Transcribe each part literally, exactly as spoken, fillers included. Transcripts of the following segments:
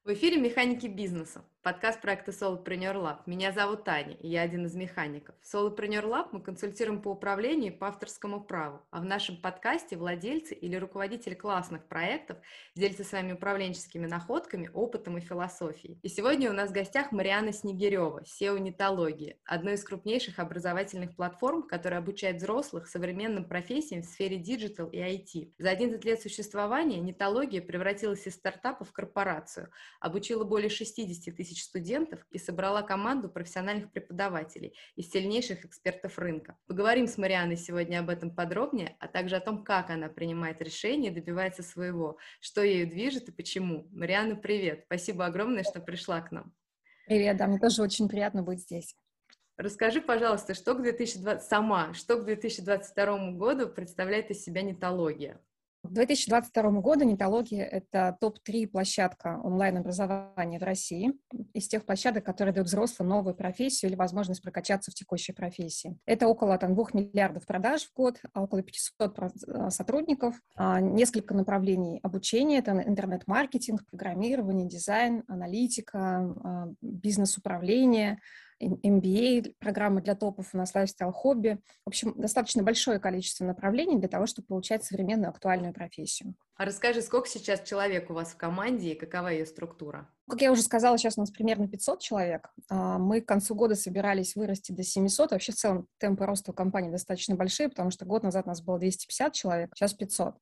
В эфире «Механики бизнеса», подкаст проекта Solopreneur Lab. Меня зовут Таня, и я один из механиков. В Solopreneur Lab мы консультируем по управлению и по авторскому праву, а в нашем подкасте владельцы или руководители классных проектов делятся своими управленческими находками, опытом и философией. И сегодня у нас в гостях Марианна Снегирева, сео Нетологии, одной из крупнейших образовательных платформ, которая обучает взрослых современным профессиям в сфере диджитал и ай ти. За одиннадцать лет существования Нетология превратилась из стартапа в корпорацию, обучила более шестидесяти тысяч студентов и собрала команду профессиональных преподавателей из сильнейших экспертов рынка. Поговорим с Марианной сегодня об этом подробнее, а также о том, как она принимает решения и добивается своего, что ею движет и почему. Марианна, привет! Спасибо огромное, что пришла к нам. Привет, да, мне тоже очень приятно быть здесь. Расскажи, пожалуйста, что к две тысячи двадцатому сама, что к две тысячи двадцать второму году представляет из себя Нетология? К две тысячи двадцать второму году Нетология — это топ три площадка онлайн-образования в России, из тех площадок, которые дают взрослым новую профессию или возможность прокачаться в текущей профессии. Это около там, двух миллиардов продаж в год, около пятисот сотрудников, несколько направлений обучения. Это интернет-маркетинг, программирование, дизайн, аналитика, бизнес-управление, эм би эй, программы для топов, у нас лайфстайл-хобби. В общем, достаточно большое количество направлений для того, чтобы получать современную актуальную профессию. А расскажи, сколько сейчас человек у вас в команде и какова ее структура? Как я уже сказала, сейчас у нас примерно пятьсот человек. Мы к концу года собирались вырасти до семисот. Вообще, в целом, темпы роста у компании достаточно большие, потому что год назад у нас было двести пятьдесят человек, сейчас пятьсот.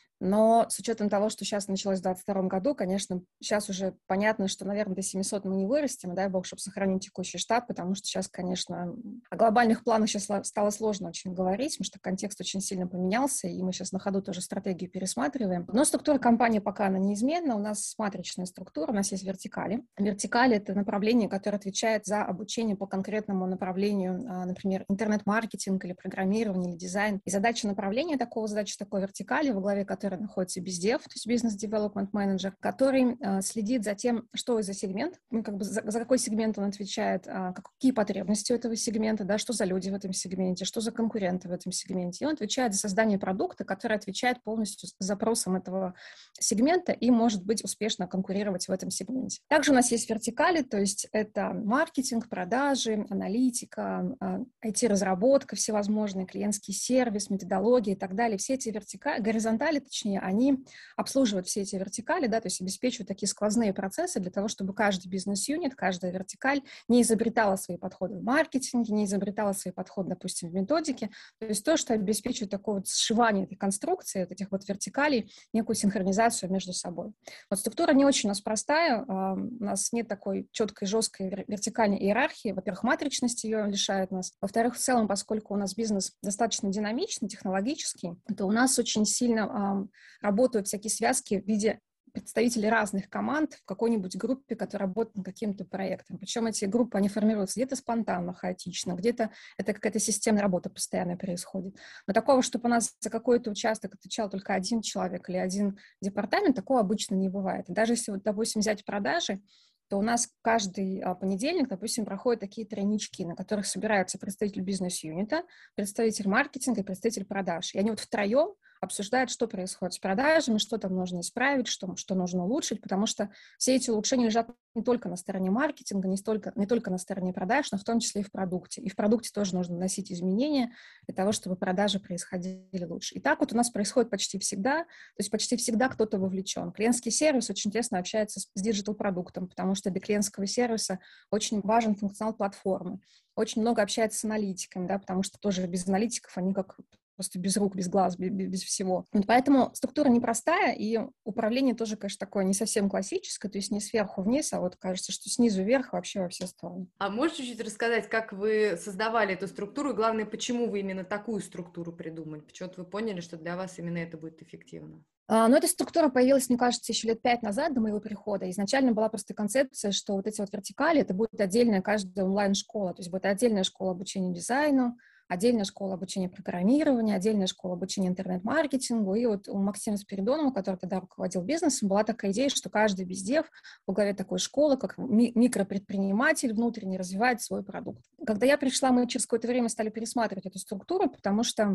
Но с учетом того, что сейчас началось в двадцать втором году, конечно, сейчас уже понятно, что, наверное, до семисот мы не вырастем, дай бог, чтобы сохранить текущий штат, потому что сейчас, конечно, о глобальных планах сейчас стало сложно очень говорить, потому что контекст очень сильно поменялся, и мы сейчас на ходу тоже стратегию пересматриваем. Но структура компании пока она неизменна, у нас матричная структура, у нас есть вертикали. Вертикали — это направление, которое отвечает за обучение по конкретному направлению, например, интернет-маркетинг или программирование, или дизайн. И задача направления такого, задача такой вертикали, во главе которой находится бездев, то есть бизнес-девелопмент-менеджер, который э, следит за тем, что за сегмент, ну, как бы за, за какой сегмент он отвечает, э, какие потребности у этого сегмента, да, что за люди в этом сегменте, что за конкуренты в этом сегменте. И он отвечает за создание продукта, который отвечает полностью запросам этого сегмента и может быть успешно конкурировать в этом сегменте. Также у нас есть вертикали, то есть это маркетинг, продажи, аналитика, э, ай ти-разработка всевозможные, клиентский сервис, методологии и так далее. Все эти вертикали, горизонтали, точнее, они обслуживают все эти вертикали, да, то есть обеспечивают такие сквозные процессы для того, чтобы каждый бизнес-юнит, каждая вертикаль не изобретала свои подходы в маркетинге, не изобретала свои подходы, допустим, в методике. То есть то, что обеспечивает такое вот сшивание этой конструкции, вот этих вот вертикалей, некую синхронизацию между собой. Вот структура не очень у нас простая, у нас нет такой четкой, жесткой вертикальной иерархии. Во-первых, матричность ее лишает нас. Во-вторых, в целом, поскольку у нас бизнес достаточно динамичный, технологический, то у нас очень сильно работают всякие связки в виде представителей разных команд в какой-нибудь группе, которая работает над каким-то проектом. Причем эти группы, они формируются где-то спонтанно, хаотично, где-то это какая-то системная работа постоянно происходит. Но такого, чтобы у нас за какой-то участок отвечал только один человек или один департамент, такого обычно не бывает. И даже если, вот, допустим, взять продажи, то у нас каждый а, понедельник, допустим, проходят такие тройнички, на которых собираются представитель бизнес-юнита, представитель маркетинга и представитель продаж. И они вот втроем обсуждают, что происходит с продажами, что там нужно исправить, что, что нужно улучшить, потому что все эти улучшения лежат не только на стороне маркетинга, не, столько, не только на стороне продаж, но в том числе и в продукте. И в продукте тоже нужно вносить изменения для того, чтобы продажи происходили лучше. И так вот у нас происходит почти всегда, то есть почти всегда кто-то вовлечен. Клиентский сервис очень тесно общается с, с диджитал-продуктом, потому что для клиентского сервиса очень важен функционал платформы. Очень много общается с аналитиками, да, потому что тоже без аналитиков они как просто без рук, без глаз, без, без всего. Вот поэтому структура непростая, и управление тоже, конечно, такое не совсем классическое, то есть не сверху вниз, а вот кажется, что снизу вверх вообще во все стороны. А можешь чуть-чуть рассказать, как вы создавали эту структуру, и главное, почему вы именно такую структуру придумали? Почему-то вы поняли, что для вас именно это будет эффективно? Но эта структура появилась, мне кажется, еще лет пять назад, до моего прихода. Изначально была просто концепция, что вот эти вот вертикали, это будет отдельная каждая онлайн-школа, то есть будет отдельная школа обучения дизайну, отдельная школа обучения программированию, отдельная школа обучения интернет-маркетингу. И вот у Максима Спиридонова, который тогда руководил бизнесом, была такая идея, что каждый бездев во главе такой школы, как ми- микропредприниматель, внутренне развивает свой продукт. Когда я пришла, мы через какое-то время стали пересматривать эту структуру, потому что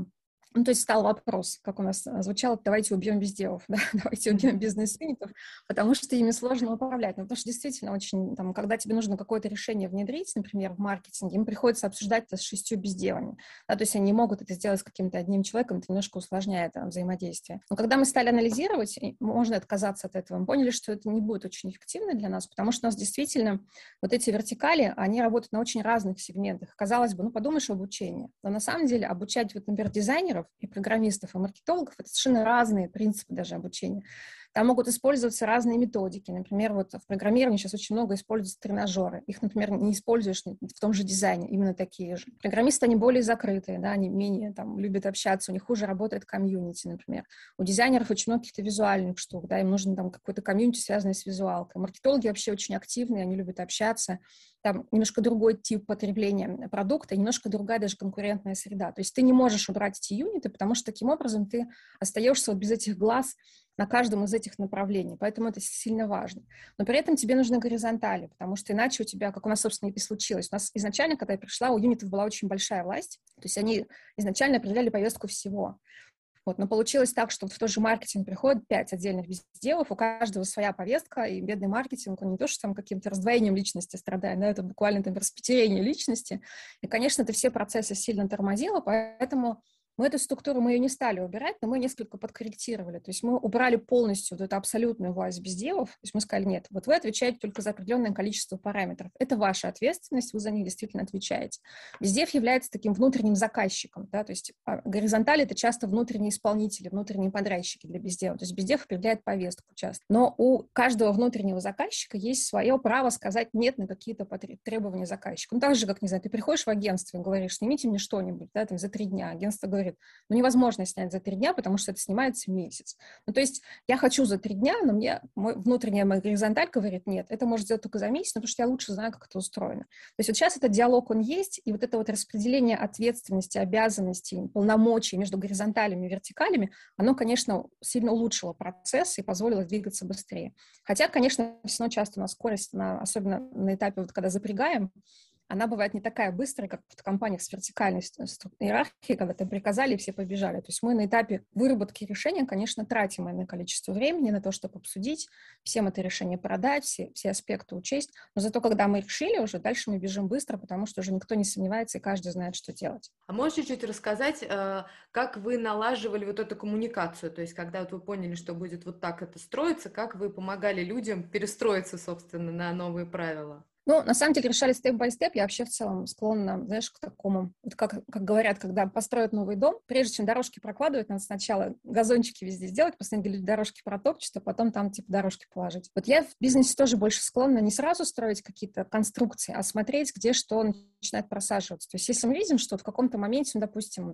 Ну, то есть стал вопрос, как у нас а, звучало, давайте убьем безделов, да, давайте убьем бизнес-юнитов, потому что ими сложно управлять. Ну, потому что действительно очень, там, когда тебе нужно какое-то решение внедрить, например, в маркетинге, им приходится обсуждать это с шестью безделами. Да, то есть они не могут это сделать с каким-то одним человеком, это немножко усложняет а, взаимодействие. Но когда мы стали анализировать, можно отказаться от этого, мы поняли, что это не будет очень эффективно для нас, потому что у нас действительно вот эти вертикали, они работают на очень разных сегментах. Казалось бы, ну, подумаешь, обучение. Но на самом деле обучать, вот, например, дизайнеров и программистов, и маркетологов — это совершенно разные принципы даже обучения. Там могут использоваться разные методики. Например, вот в программировании сейчас очень много используются тренажеры. Их, например, не используешь в том же дизайне, именно такие же. Программисты, они более закрытые, да, они менее там любят общаться, у них хуже работает комьюнити, например. У дизайнеров очень много каких-то визуальных штук, да, им нужен там какой-то комьюнити, связанный с визуалкой. Маркетологи вообще очень активные, они любят общаться. Там немножко другой тип потребления продукта, немножко другая даже конкурентная среда. То есть ты не можешь убрать эти юниты, потому что таким образом ты остаешься вот без этих глаз на каждом из этих направлений, поэтому это сильно важно. Но при этом тебе нужны горизонтали, потому что иначе у тебя, как у нас, собственно, и случилось, у нас изначально, когда я пришла, у юнитов была очень большая власть, то есть они изначально определяли повестку всего. Вот, но получилось так, что в тот же маркетинг приходит пять отдельных безделов, у каждого своя повестка, и бедный маркетинг, он не то, что там каким-то раздвоением личности страдает, да, это буквально там распятерение личности. И, конечно, это все процессы сильно тормозило, поэтому мы эту структуру, мы ее не стали убирать, но мы несколько подкорректировали. То есть мы убрали полностью вот эту абсолютную власть безделов. То есть мы сказали, нет, вот вы отвечаете только за определенное количество параметров. Это ваша ответственность, вы за них действительно отвечаете. Бездев является таким внутренним заказчиком. Да? То есть горизонтали — это часто внутренние исполнители, внутренние подрядчики для бездела. То есть бездев определяет повестку часто. Но у каждого внутреннего заказчика есть свое право сказать нет на какие-то требования заказчика. Ну, так же, как, не знаю, ты приходишь в агентство и говоришь, снимите мне что-нибудь, да, там, за три дня. Агентство говорит, ну, невозможно снять за три дня, потому что это снимается месяц. Ну, то есть я хочу за три дня, но мне мой внутренняя моя горизонталь говорит, нет, это может сделать только за месяц, потому что я лучше знаю, как это устроено. То есть вот сейчас этот диалог, он есть, и вот это вот распределение ответственности, обязанностей, полномочий между горизонталями и вертикалями, оно, конечно, сильно улучшило процесс и позволило двигаться быстрее. Хотя, конечно, все равно часто у нас скорость, на, особенно на этапе, вот, когда запрягаем, она бывает не такая быстрая, как в компаниях с вертикальной иерархией, когда там приказали, и все побежали. То есть мы на этапе выработки решения, конечно, тратим иное количество времени на то, чтобы обсудить, всем это решение продать, все, все аспекты учесть. Но зато, когда мы решили уже, дальше мы бежим быстро, потому что уже никто не сомневается, и каждый знает, что делать. А можешь чуть-чуть рассказать, как вы налаживали вот эту коммуникацию? То есть, когда вот вы поняли, что будет вот так это строиться, как вы помогали людям перестроиться, собственно, на новые правила? Ну, на самом деле, решали степ-бай-степ. Я вообще в целом склонна, знаешь, к такому, вот как, как говорят, когда построят новый дом, прежде чем дорожки прокладывать, надо сначала газончики везде сделать, после этого дорожки протопчут, а потом там, типа, дорожки положить. Вот я в бизнесе тоже больше склонна не сразу строить какие-то конструкции, а смотреть, где что начинает просаживаться. То есть если мы видим, что в каком-то моменте, ну, допустим,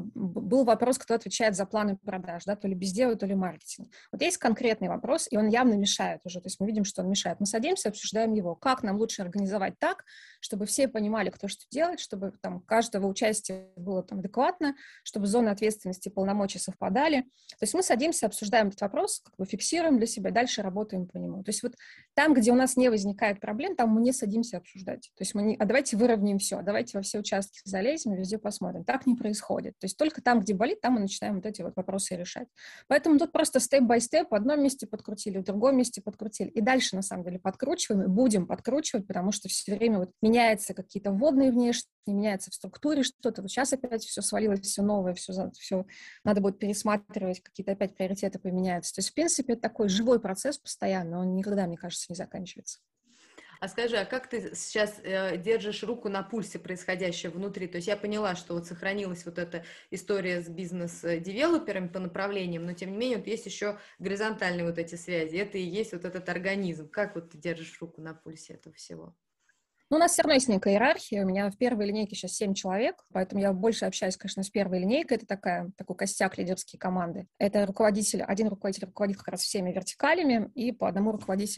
был вопрос, кто отвечает за планы продаж, да, то ли бездел, то ли маркетинг. Вот есть конкретный вопрос, и он явно мешает уже, то есть мы видим, что он мешает. Мы садимся, обсуждаем его, как нам лучше организовать так, чтобы все понимали, кто что делает, чтобы там каждого участия было там адекватно, чтобы зоны ответственности и полномочий совпадали. То есть мы садимся, обсуждаем этот вопрос, как бы фиксируем для себя, дальше работаем по нему. То есть вот там, где у нас не возникает проблем, там мы не садимся обсуждать. То есть мы не, а давайте выровняем все, а давайте во все участки залезем и везде посмотрим. Так не происходит. То есть только там, где болит, там мы начинаем вот эти вот вопросы решать. Поэтому тут просто степ-бай-степ, в одном месте подкрутили, в другом месте подкрутили. И дальше, на самом деле, подкручиваем и будем подкручивать, потому что все время вот меняются какие-то вводные внешние, меняется в структуре что-то. Вот сейчас опять все свалилось, все новое, все, все надо будет пересматривать, какие-то опять приоритеты поменяются. То есть, в принципе, это такой живой процесс постоянно, он никогда, мне кажется, не заканчивается. А скажи, а как ты сейчас э, держишь руку на пульсе происходящего внутри? То есть я поняла, что вот сохранилась вот эта история с бизнес-девелоперами по направлениям, но тем не менее вот есть еще горизонтальные вот эти связи. Это и есть вот этот организм. Как вот ты держишь руку на пульсе этого всего? Ну, у нас все равно есть некая иерархия. У меня в первой линейке сейчас семь человек, поэтому я больше общаюсь, конечно, с первой линейкой. Это такая, такой костяк лидерские команды. Это руководитель, один руководитель руководит как раз всеми вертикалями, и по одному руководителю из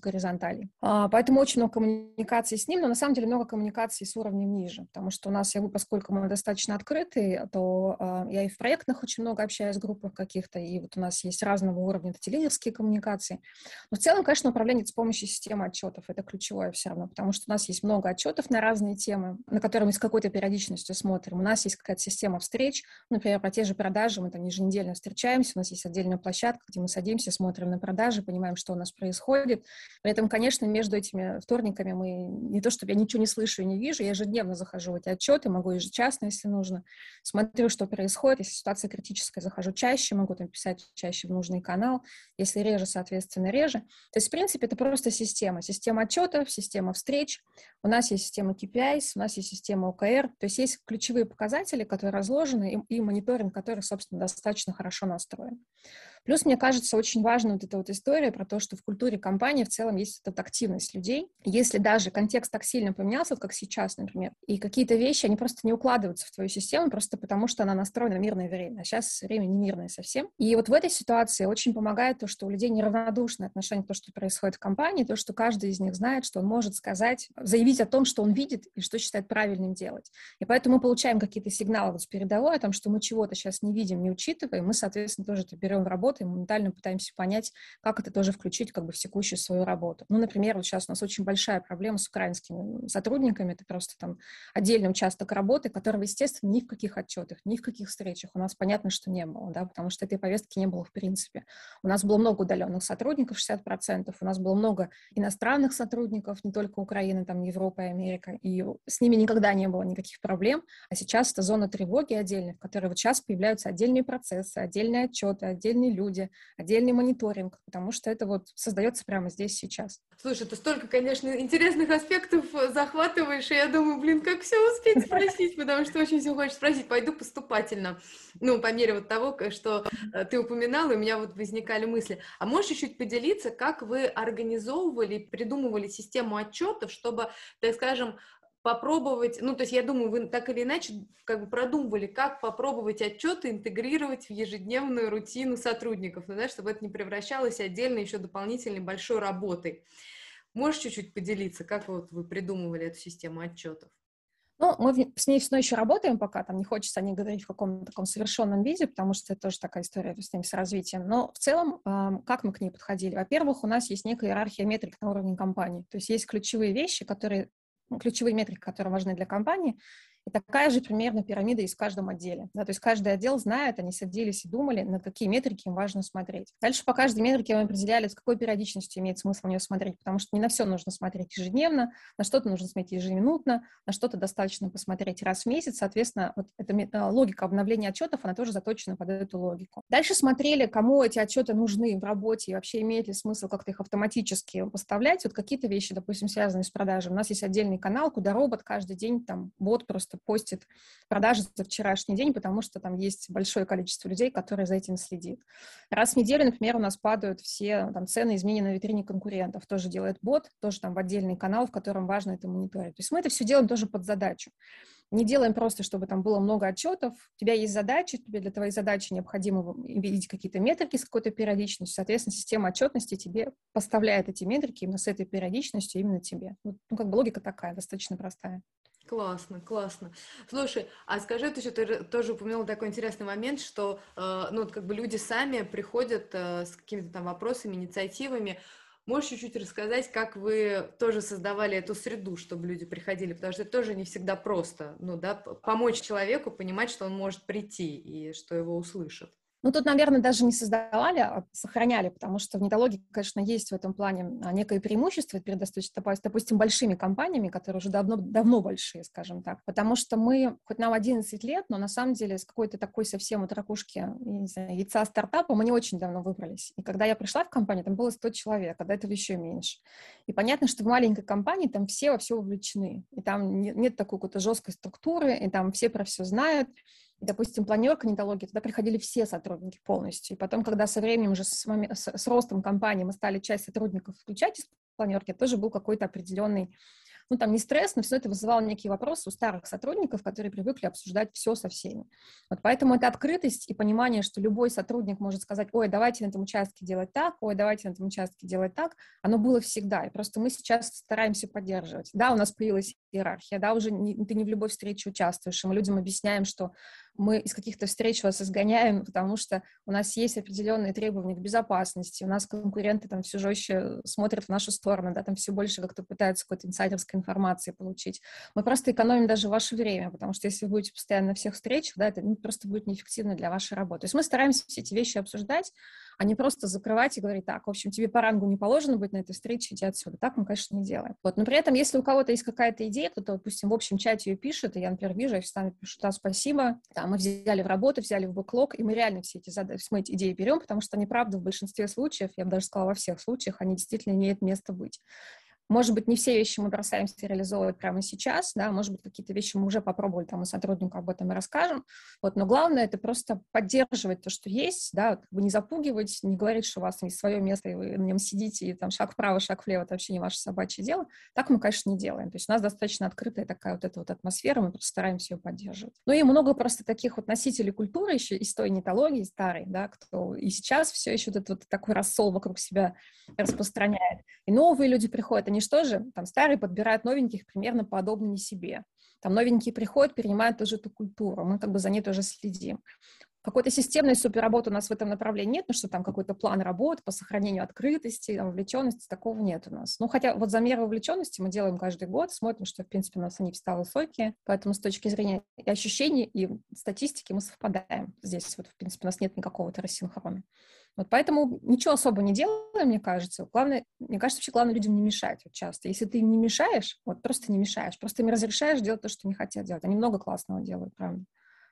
горизонталей. А, поэтому очень много коммуникаций с ним, но на самом деле много коммуникаций с уровнем ниже, потому что у нас, я, поскольку мы достаточно открытые, то а, я и в проектных очень много общаюсь в группах каких-то, и вот у нас есть разного уровня эти лидерские коммуникации. Но в целом, конечно, управление с помощью системы отчетов — это ключевое все равно, потому что у нас есть много отчетов на разные темы, на которые мы с какой-то периодичностью смотрим. У нас есть какая-то система встреч, например, про те же продажи, мы там еженедельно встречаемся, у нас есть отдельная площадка, где мы садимся, смотрим на продажи, понимаем, что у нас происходит. При этом, конечно, между этими вторниками мы не то, чтобы я ничего не слышу и не вижу, я ежедневно захожу в эти отчеты, могу ежечасно, если нужно, смотрю, что происходит. Если ситуация критическая, захожу чаще, могу там писать чаще в нужный канал, если реже, соответственно, реже. То есть, в принципе, это просто система. Система отчетов, система встреч, у нас есть система кей пи ай, у нас есть система о ка эр, то есть есть ключевые показатели, которые разложены, и, и мониторинг, который, собственно, достаточно хорошо настроен. Плюс, мне кажется, очень важна вот эта вот история про то, что в культуре компании в целом есть эта активность людей. Если даже контекст так сильно поменялся, вот как сейчас, например, и какие-то вещи, они просто не укладываются в твою систему, просто потому что она настроена на мирное время, а сейчас время не мирное совсем. И вот в этой ситуации очень помогает то, что у людей неравнодушное отношение к тому, что происходит в компании, то, что каждый из них знает, что он может сказать, заявить о том, что он видит и что считает правильным делать. И поэтому мы получаем какие-то сигналы вот с передовой о том, что мы чего-то сейчас не видим, не учитываем, мы, соответственно, тоже это берем в работу и моментально пытаемся понять, как это тоже включить как бы в текущую свою работу. Ну, например, вот сейчас у нас очень большая проблема с украинскими сотрудниками, это просто там отдельный участок работы, которого, естественно, ни в каких отчетах, ни в каких встречах у нас понятно, что не было, да, потому что этой повестки не было в принципе. У нас было много удаленных сотрудников, шестьдесят процентов, у нас было много иностранных сотрудников, не только Украины, там, Европа и Америка, и с ними никогда не было никаких проблем, а сейчас это зона тревоги отдельная, в которой вот сейчас появляются отдельные процессы, отдельные отчеты, отдельные люди, отдельный мониторинг, потому что это вот создается прямо здесь сейчас. Слушай, ты столько, конечно, интересных аспектов захватываешь, и я думаю, блин, как все успеть спросить, потому что очень все хочешь спросить. Пойду поступательно, ну, по мере вот того, что ты упоминала, и у меня вот возникали мысли. А можешь чуть-чуть поделиться, как вы организовывали, придумывали систему отчетов, чтобы, так скажем, попробовать, ну, то есть я думаю, вы так или иначе как бы продумывали, как попробовать отчеты интегрировать в ежедневную рутину сотрудников, ну, да, чтобы это не превращалось отдельно еще дополнительной большой работой. Можешь чуть-чуть поделиться, как вот вы придумывали эту систему отчетов? Ну, мы с ней все еще работаем пока, там не хочется о ней говорить в каком-то таком совершенном виде, потому что это тоже такая история с ним, с развитием. Но в целом, как мы к ней подходили? Во-первых, у нас есть некая иерархия метрик на уровне компании, то есть есть ключевые вещи, которые ключевые метрики, которые важны для компании, и такая же примерно пирамида есть в каждом отделе. Да, то есть каждый отдел знает, они садились и думали, на какие метрики им важно смотреть. Дальше по каждой метрике мы определяли, с какой периодичностью имеет смысл на нее смотреть, потому что не на все нужно смотреть ежедневно, на что-то нужно смотреть ежеминутно, на что-то достаточно посмотреть раз в месяц. Соответственно, вот эта логика обновления отчетов, она тоже заточена под эту логику. Дальше смотрели, кому эти отчеты нужны в работе и вообще имеет ли смысл как-то их автоматически поставлять. Вот какие-то вещи, допустим, связанные с продажей. У нас есть отдельный канал, куда робот каждый день, там, бот просто постит продажи за вчерашний день, потому что там есть большое количество людей, которые за этим следит. Раз в неделю, например, у нас падают все там, цены, изменения на витрине конкурентов. Тоже делает бот, тоже там в отдельный канал, в котором важно это мониторить. То есть мы это все делаем тоже под задачу. Не делаем просто, чтобы там было много отчетов. У тебя есть задачи, тебе для твоей задачи необходимо видеть какие-то метрики с какой-то периодичностью. Соответственно, система отчетности тебе поставляет эти метрики именно с этой периодичностью именно тебе. Вот, ну, как бы логика такая, достаточно простая. Классно, классно. Слушай, а скажи, ты еще ты тоже упомянула такой интересный момент, что э, ну, как бы люди сами приходят э, с какими-то там вопросами, инициативами. Можешь чуть-чуть рассказать, как вы тоже создавали эту среду, чтобы люди приходили, потому что это тоже не всегда просто, ну да, помочь человеку понимать, что он может прийти и что его услышат. Ну, тут, наверное, даже не создавали, а сохраняли, потому что в нетологии, конечно, есть в этом плане некое преимущество перед, допустим, большими компаниями, которые уже давно, давно большие, скажем так, потому что мы, хоть нам одиннадцать лет, но на самом деле с какой-то такой совсем от ракушки, я не знаю, яйца стартапа мы не очень давно выбрались. И когда я пришла в компанию, там было сто человек, а до этого еще меньше. И понятно, что в маленькой компании там все во все вовлечены, и там нет, нет такой какой-то жесткой структуры, и там все про все знают. И, допустим, планерка нетологии, туда приходили все сотрудники полностью. И потом, когда со временем уже с, с, с ростом компании мы стали часть сотрудников включать из планерки, тоже был какой-то определенный, ну, там не стресс, но все это вызывало некие вопросы у старых сотрудников, которые привыкли обсуждать все со всеми. Вот поэтому эта открытость и понимание, что любой сотрудник может сказать: ой, давайте на этом участке делать так, ой, давайте на этом участке делать так, оно было всегда, и просто мы сейчас стараемся поддерживать. Да, у нас появилась иерархия, да, уже не, ты не в любой встрече участвуешь, и мы людям объясняем, что мы из каких-то встреч вас изгоняем, потому что у нас есть определенные требования к безопасности, у нас конкуренты там все жестче смотрят в нашу сторону, да, там все больше как-то пытаются какой-то инсайдерской информации получить. Мы просто экономим даже ваше время, потому что если вы будете постоянно на всех встречах, да, это ну, просто будет неэффективно для вашей работы. То есть мы стараемся все эти вещи обсуждать, а не просто закрывать и говорить: так, в общем, тебе по рангу не положено быть на этой встрече, иди отсюда. Так мы, конечно, не делаем. Вот. Но при этом, если у кого-то есть какая-то идея, кто-то, допустим, в общем чате ее пишет, и я, например, вижу, я всегда пишу: да, спасибо, да, мы взяли в работу, взяли в бэклог, и мы реально все эти, задачи, мы эти идеи берем, потому что они, правда, в большинстве случаев, я бы даже сказала, во всех случаях, они действительно имеют место быть. Может быть, не все вещи мы бросаемся реализовывать прямо сейчас, да, может быть, какие-то вещи мы уже попробовали, там, и сотруднику об этом и расскажем, вот, но главное — это просто поддерживать то, что есть, да, как бы не запугивать, не говорить, что у вас есть свое место, и вы на нем сидите, и там шаг вправо, шаг влево — это вообще не ваше собачье дело. Так мы, конечно, не делаем. То есть у нас достаточно открытая такая вот эта вот атмосфера, мы просто стараемся ее поддерживать. Ну и много просто таких вот носителей культуры еще из той нетологии старой, да, кто и сейчас все еще вот этот вот такой рассол вокруг себя распространяет. И новые люди приходят, они что же, там старые подбирают новеньких примерно подобными себе. Там новенькие приходят, перенимают тоже эту культуру, мы как бы за ней тоже следим. Какой-то системной суперработы у нас в этом направлении нет, ну что там какой-то план работы по сохранению открытости, вовлеченности, такого нет у нас. Ну хотя вот замеры вовлеченности мы делаем каждый год, смотрим, что в принципе у нас они всегда высокие, поэтому с точки зрения и ощущений, и статистики мы совпадаем. Здесь вот в принципе у нас нет никакого рассинхрона. Вот поэтому ничего особо не делаем, мне кажется. Главное, мне кажется, вообще главное людям не мешать вот часто. Если ты им не мешаешь, вот просто не мешаешь, просто им разрешаешь делать то, что не хотят делать. Они много классного делают, правда.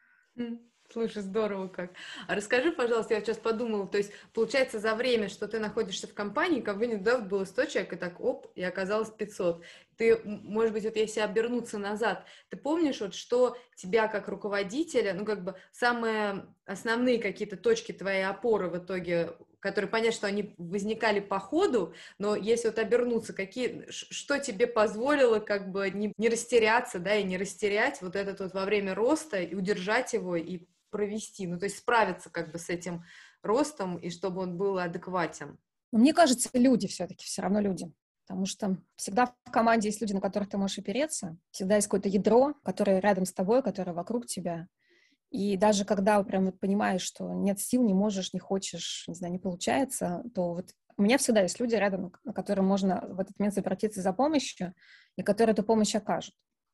Слушай, здорово как. А расскажи, пожалуйста, я сейчас подумала, то есть, получается, за время, что ты находишься в компании, компании, да, было сто человек, и так, оп, и оказалось пятьсот. Ты, может быть, вот если обернуться назад, ты помнишь, вот что тебя как руководителя, ну, как бы, самые основные какие-то точки твоей опоры в итоге, которые, понятно, что они возникали по ходу, но если вот обернуться, какие, что тебе позволило как бы не, не растеряться, да, и не растерять вот этот вот во время роста, и удержать его, и провести, ну, то есть справиться как бы с этим ростом, и чтобы он был адекватен? Мне кажется, люди все-таки, все равно люди. Потому что всегда в команде есть люди, на которых ты можешь опереться. Всегда есть какое-то ядро, которое рядом с тобой, которое вокруг тебя. И даже когда прям вот понимаешь, что нет сил, не можешь, не хочешь, не знаю, не получается, то вот у меня всегда есть люди рядом, на которые можно в этот момент обратиться за помощью, и которые эту помощь окажут.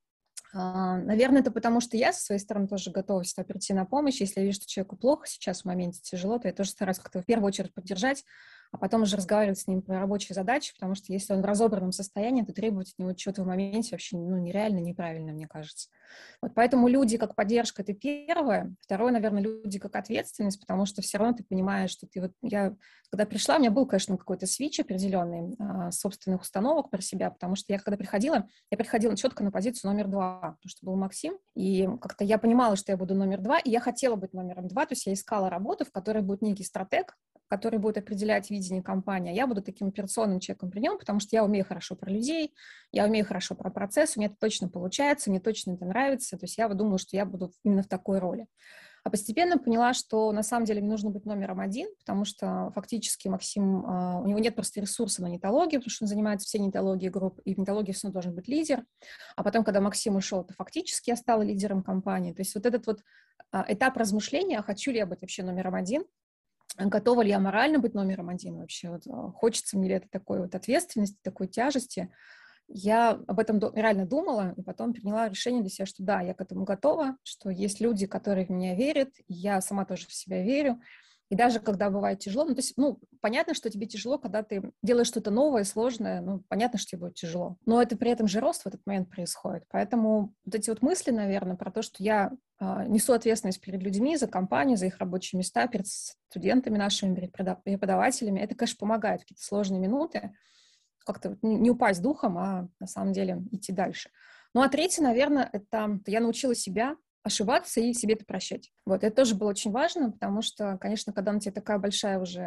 Наверное, это потому, что я со своей стороны тоже готова всегда прийти на помощь. Если я вижу, что человеку плохо сейчас в моменте, тяжело, то я тоже стараюсь как-то в первую очередь поддержать, а потом уже разговаривать с ним про рабочие задачи, потому что если он в разобранном состоянии, то требовать от него чего-то в моменте вообще ну, нереально, неправильно, мне кажется. Вот поэтому люди как поддержка — это первое. Второе, наверное, люди как ответственность, потому что все равно ты понимаешь, что ты вот... Я, когда пришла, у меня был, конечно, какой-то свич определенный а, собственных установок про себя, потому что я, когда приходила, я приходила четко на позицию номер два, потому что был Максим, и как-то я понимала, что я буду номер два, и я хотела быть номером два, то есть я искала работу, в которой будет некий стратег, который будет определять видение компании, а я буду таким операционным человеком при нем, потому что я умею хорошо про людей, я умею хорошо про процесс, у меня это точно получается, мне точно это нравится, то есть я думаю, что я буду именно в такой роли. А постепенно поняла, что на самом деле мне нужно быть номером один, потому что фактически Максим, у него нет просто ресурса на нетологию, потому что он занимается всей нетологией групп, и в нетологии все равно должен быть лидер. А потом, когда Максим ушел, то фактически я стала лидером компании. То есть вот этот вот этап размышления, хочу ли я быть вообще номером один, готова ли я морально быть номером один вообще, вот, хочется мне ли это такой вот ответственности, такой тяжести. Я об этом реально думала, и потом приняла решение для себя, что да, я к этому готова, что есть люди, которые в меня верят, и я сама тоже в себя верю. И даже когда бывает тяжело, ну, то есть, ну, понятно, что тебе тяжело, когда ты делаешь что-то новое, сложное, ну, понятно, что тебе будет тяжело. Но это при этом же рост в этот момент происходит. Поэтому вот эти вот мысли, наверное, про то, что я э, несу ответственность перед людьми, за компанию, за их рабочие места, перед студентами нашими, перед преподавателями, это, конечно, помогает в какие-то сложные минуты как-то не упасть духом, а на самом деле идти дальше. Ну, а третье, наверное, это я научила себя ошибаться и себе это прощать. Вот, это тоже было очень важно, потому что, конечно, когда на тебе такая большая уже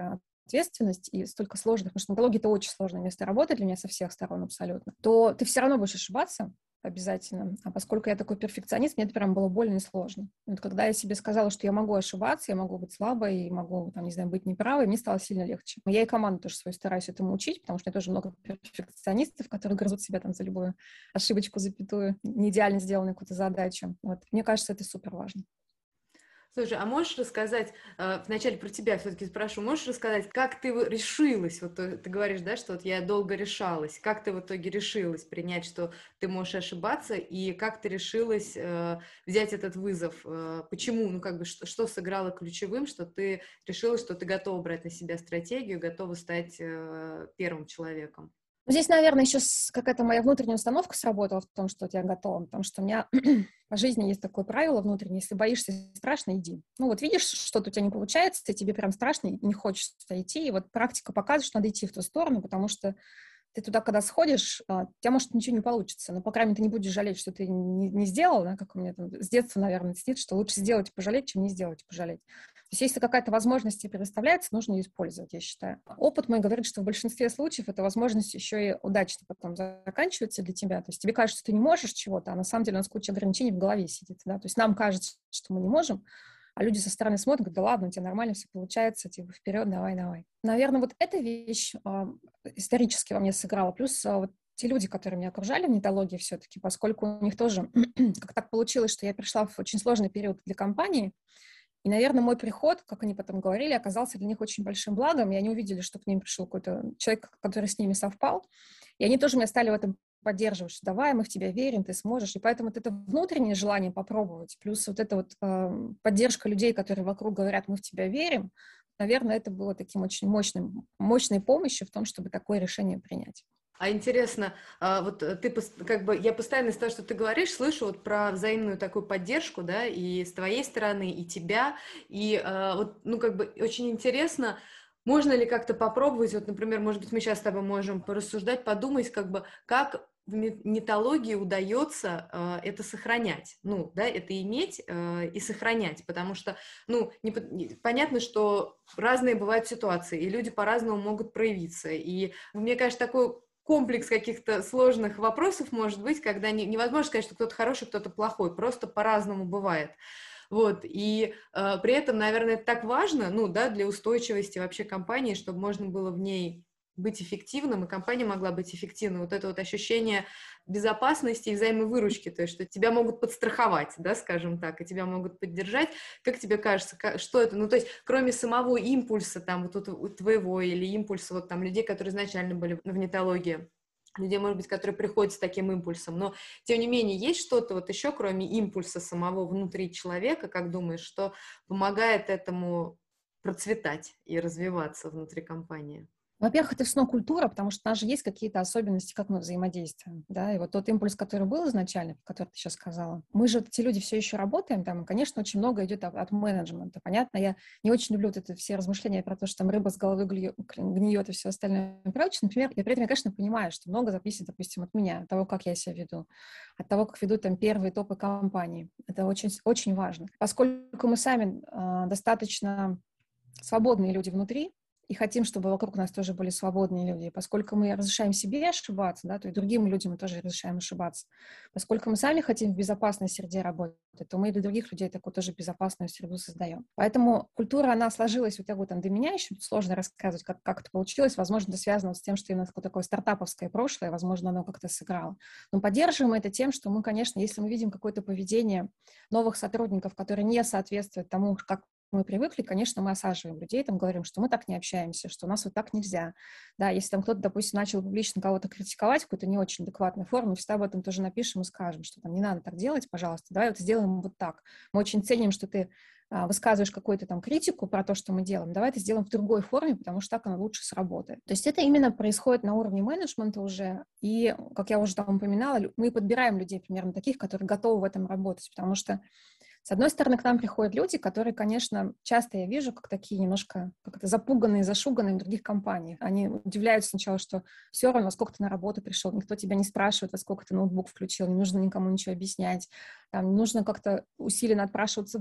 ответственность и столько сложных, потому что онкология — это очень сложное место работы для меня со всех сторон абсолютно, то ты все равно будешь ошибаться обязательно. А поскольку я такой перфекционист, мне это прям было больно и сложно. И вот когда я себе сказала, что я могу ошибаться, я могу быть слабой, и могу, там, не знаю, быть неправой, мне стало сильно легче. Я и команду тоже свою стараюсь этому учить, потому что я тоже много перфекционистов, которые грызут себя там за любую ошибочку, запятую, не идеально сделанную какую-то задачу. Вот. Мне кажется, это супер важно. Слушай, а можешь рассказать, э, вначале про тебя все-таки спрошу, можешь рассказать, как ты вы- решилась, вот э, ты говоришь, да, что вот я долго решалась, как ты в итоге решилась принять, что ты можешь ошибаться, и как ты решилась э, взять этот вызов, э, почему, ну как бы, что, что сыграло ключевым, что ты решила, что ты готова брать на себя стратегию, готова стать э, первым человеком? Здесь, наверное, еще какая-то моя внутренняя установка сработала в том, что вот я готова, потому что у меня по жизни есть такое правило внутреннее: если боишься и страшно, иди. Ну вот видишь, что-то у тебя не получается, и тебе прям страшно, и не хочется идти, и вот практика показывает, что надо идти в ту сторону, потому что ты туда, когда сходишь, а, у тебя, может, ничего не получится, но, по крайней мере, ты не будешь жалеть, что ты не, не сделал, да, как у меня там с детства, наверное, сидит, что лучше сделать и пожалеть, чем не сделать и пожалеть. То есть если какая-то возможность тебе предоставляется, нужно ее использовать, я считаю. Опыт мой говорит, что в большинстве случаев эта возможность еще и удачно потом заканчивается для тебя. То есть тебе кажется, что ты не можешь чего-то, а на самом деле у нас куча ограничений в голове сидит. Да? То есть нам кажется, что мы не можем, а люди со стороны смотрят, говорят: да ладно, у тебя нормально все получается, типа, вперед, давай, давай. Наверное, вот эта вещь э, исторически во мне сыграла. Плюс э, вот те люди, которые меня окружали в нетологии все-таки, поскольку у них тоже как так получилось, что я пришла в очень сложный период для компании, и, наверное, мой приход, как они потом говорили, оказался для них очень большим благом, и они увидели, что к ним пришел какой-то человек, который с ними совпал, и они тоже меня стали в этом поддерживать, что давай, мы в тебя верим, ты сможешь. И поэтому вот это внутреннее желание попробовать, плюс вот эта вот э, поддержка людей, которые вокруг говорят: мы в тебя верим, наверное, это было таким очень мощным, мощной помощью в том, чтобы такое решение принять. А интересно, а, вот э, ты как бы, я постоянно из того, что ты говоришь, слышу вот про взаимную такую поддержку, да, и с твоей стороны, и тебя, и а, вот, ну, как бы очень интересно, можно ли как-то попробовать, вот, например, может быть, мы сейчас с тобой можем порассуждать, подумать, как бы, как в нетологии удается э, это сохранять, ну, да, это иметь э, и сохранять, потому что, ну, не, не, понятно, что разные бывают ситуации, и люди по-разному могут проявиться, и мне кажется, такой комплекс каких-то сложных вопросов может быть, когда не, невозможно сказать, что кто-то хороший, кто-то плохой, просто по-разному бывает. Вот, и э, при этом, наверное, это так важно, ну, да, для устойчивости вообще компании, чтобы можно было в ней быть эффективным, и компания могла быть эффективной. Вот это вот ощущение безопасности и взаимовыручки, то есть, что тебя могут подстраховать, да, скажем так, и тебя могут поддержать. Как тебе кажется, как, что это? Ну, то есть, кроме самого импульса, там, вот у, у твоего, или импульса, вот там, людей, которые изначально были в нетологии, людей, может быть, которые приходят с таким импульсом, но, тем не менее, есть что-то вот еще, кроме импульса самого внутри человека, как думаешь, что помогает этому процветать и развиваться внутри компании? Во-первых, это снова культура, потому что у нас же есть какие-то особенности, как мы взаимодействуем, да, и вот тот импульс, который был изначально, который ты сейчас сказала, мы же, эти люди, все еще работаем там, и, конечно, очень много идет от, от менеджмента, понятно, я не очень люблю вот это все размышления про то, что там рыба с головы гниет, гниет и все остальное и прочее, например, я при этом, я, конечно, понимаю, что много зависит, допустим, от меня, от того, как я себя веду, от того, как ведут там первые топы компании, это очень, очень важно, поскольку мы сами э, достаточно свободные люди внутри, и хотим, чтобы вокруг нас тоже были свободные люди. Поскольку мы разрешаем себе ошибаться, да, то и другим людям мы тоже разрешаем ошибаться. Поскольку мы сами хотим в безопасной среде работать, то мы и для других людей такую тоже безопасную среду создаем. Поэтому культура, она сложилась вот так вот там до меня, еще сложно рассказывать, как, как это получилось. Возможно, это связано с тем, что у нас такое стартаповское прошлое, возможно, оно как-то сыграло. Но поддерживаем это тем, что мы, конечно, если мы видим какое-то поведение новых сотрудников, которое не соответствует тому, как мы привыкли, конечно, мы осаживаем людей, там говорим, что мы так не общаемся, что у нас вот так нельзя. Да, если там кто-то, допустим, начал публично кого-то критиковать в какой-то не очень адекватной форме, всегда об этом тоже напишем и скажем, что там не надо так делать, пожалуйста, давай вот сделаем вот так. Мы очень ценим, что ты а, высказываешь какую-то там критику про то, что мы делаем, давай это сделаем в другой форме, потому что так оно лучше сработает. То есть это именно происходит на уровне менеджмента уже, и, как я уже там упоминала, мы подбираем людей примерно таких, которые готовы в этом работать, потому что с одной стороны, к нам приходят люди, которые, конечно, часто я вижу, как такие немножко как это, запуганные, зашуганные в других компаниях. Они удивляются сначала, что все равно, во сколько ты на работу пришел, никто тебя не спрашивает, во сколько ты ноутбук включил, не нужно никому ничего объяснять, там, не нужно как-то усиленно отпрашиваться в отпуск,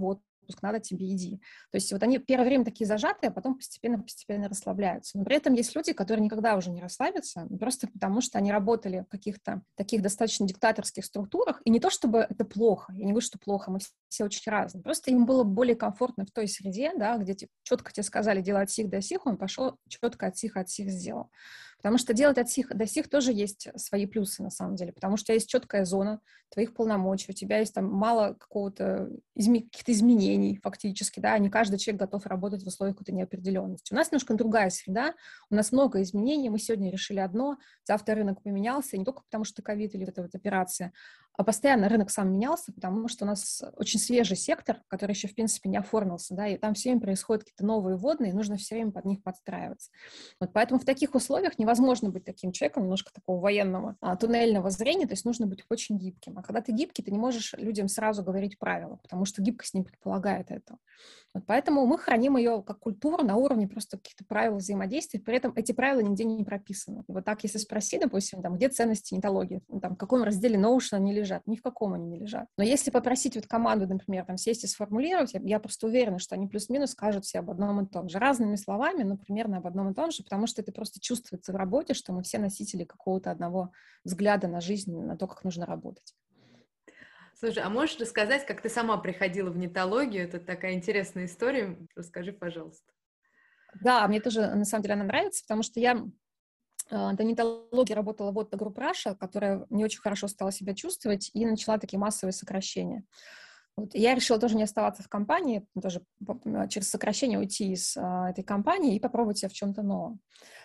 отпуск, надо тебе иди. То есть вот они первое время такие зажатые, а потом постепенно-постепенно расслабляются. Но при этом есть люди, которые никогда уже не расслабятся, просто потому что они работали в каких-то таких достаточно диктаторских структурах, и не то чтобы это плохо, я не говорю, что плохо, мы все очень разные, просто им было более комфортно в той среде, да, где четко тебе сказали делать от сих до сих, он пошел четко от сих от сих сделал. Потому что делать от сих до сих тоже есть свои плюсы, на самом деле, потому что у тебя есть четкая зона твоих полномочий, у тебя есть там мало какого-то изме- каких-то изменений фактически, да, не каждый человек готов работать в условиях какой-то неопределенности. У нас немножко другая среда, у нас много изменений, мы сегодня решили одно, завтра рынок поменялся, не только потому что ковид или вот эта вот операция, а постоянно рынок сам менялся, потому что у нас очень свежий сектор, который еще, в принципе, не оформился, да, и там все время происходят какие-то новые вводные, и нужно все время под них подстраиваться. Вот поэтому в таких условиях невозможно быть таким человеком, немножко такого военного, а, туннельного зрения, то есть нужно быть очень гибким. А когда ты гибкий, ты не можешь людям сразу говорить правила, потому что гибкость не предполагает этого. Вот поэтому мы храним ее как культуру на уровне просто каких-то правил взаимодействия, при этом эти правила нигде не прописаны. И вот так, если спросить, допустим, там, где ценности нетологии, ну, там, в каком разделе Notion они лежат, ни в каком они не лежат. Но если попросить вот команду, например, там, сесть и сформулировать, я, я просто уверена, что они плюс-минус скажут все об одном и том же. Разными словами, но примерно об одном и том же, потому что это просто чувствуется в работе, что мы все носители какого-то одного взгляда на жизнь, на то, как нужно работать. Слушай, а можешь рассказать, как ты сама приходила в нетологию? Это такая интересная история. Расскажи, пожалуйста. Да, мне тоже, на самом деле, она нравится, потому что я э, до нетологии работала вот Otto Group Russia, которая не очень хорошо стала себя чувствовать и начала такие массовые сокращения. Вот. И я решила тоже не оставаться в компании, тоже через сокращение уйти из а, этой компании и попробовать себя в чем-то новом.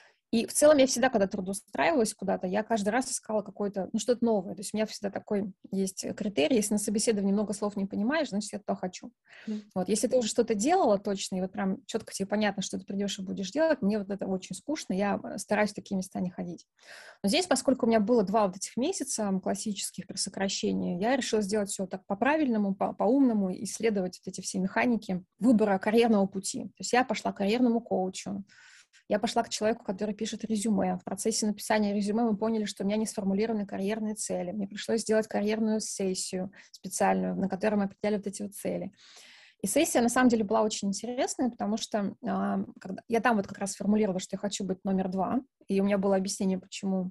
И в целом я всегда, когда трудоустраивалась куда-то, я каждый раз искала какое-то, ну, что-то новое. То есть у меня всегда такой есть критерий. Если на собеседовании много слов не понимаешь, значит, я то хочу. Mm. Вот. Если ты уже что-то делала точно, и вот прям четко тебе понятно, что ты придешь и будешь делать, мне вот это очень скучно, я стараюсь в такие места не ходить. Но здесь, поскольку у меня было два вот этих месяца классических при сокращении, я решила сделать все так по-правильному, по- по-умному, исследовать вот эти все механики выбора карьерного пути. То есть я пошла к карьерному коучу, я пошла к человеку, который пишет резюме. В процессе написания резюме мы поняли, что у меня не сформулированы карьерные цели. Мне пришлось сделать карьерную сессию специальную, на которой мы определяли вот эти вот цели. И сессия, на самом деле, была очень интересная, потому что э, когда, я там вот как раз сформулировала, что я хочу быть номер два, и у меня было объяснение, почему.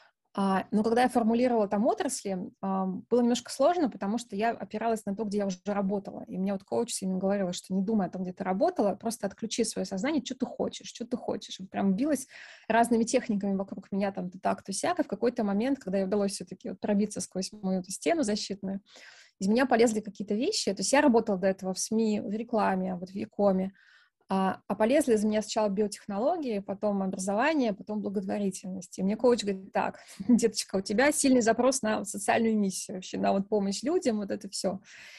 А, но когда я формулировала там отрасли, а, было немножко сложно, потому что я опиралась на то, где я уже работала. И мне вот коуч сильно говорила, что не думай о том, где ты работала, просто отключи свое сознание, что ты хочешь, что ты хочешь. И прям билась разными техниками вокруг меня, там, то так, то сяк. И в какой-то момент, когда я удалось все-таки вот пробиться сквозь мою эту стену защитную, из меня полезли какие-то вещи. То есть я работала до этого в СМИ, в рекламе, вот в Якоме, А, а полезли из меня сначала биотехнологии, потом образование, потом благотворительность. И мне коуч говорит: так, деточка, у тебя сильный запрос на социальную миссию, вообще на вот помощь людям, вот это все.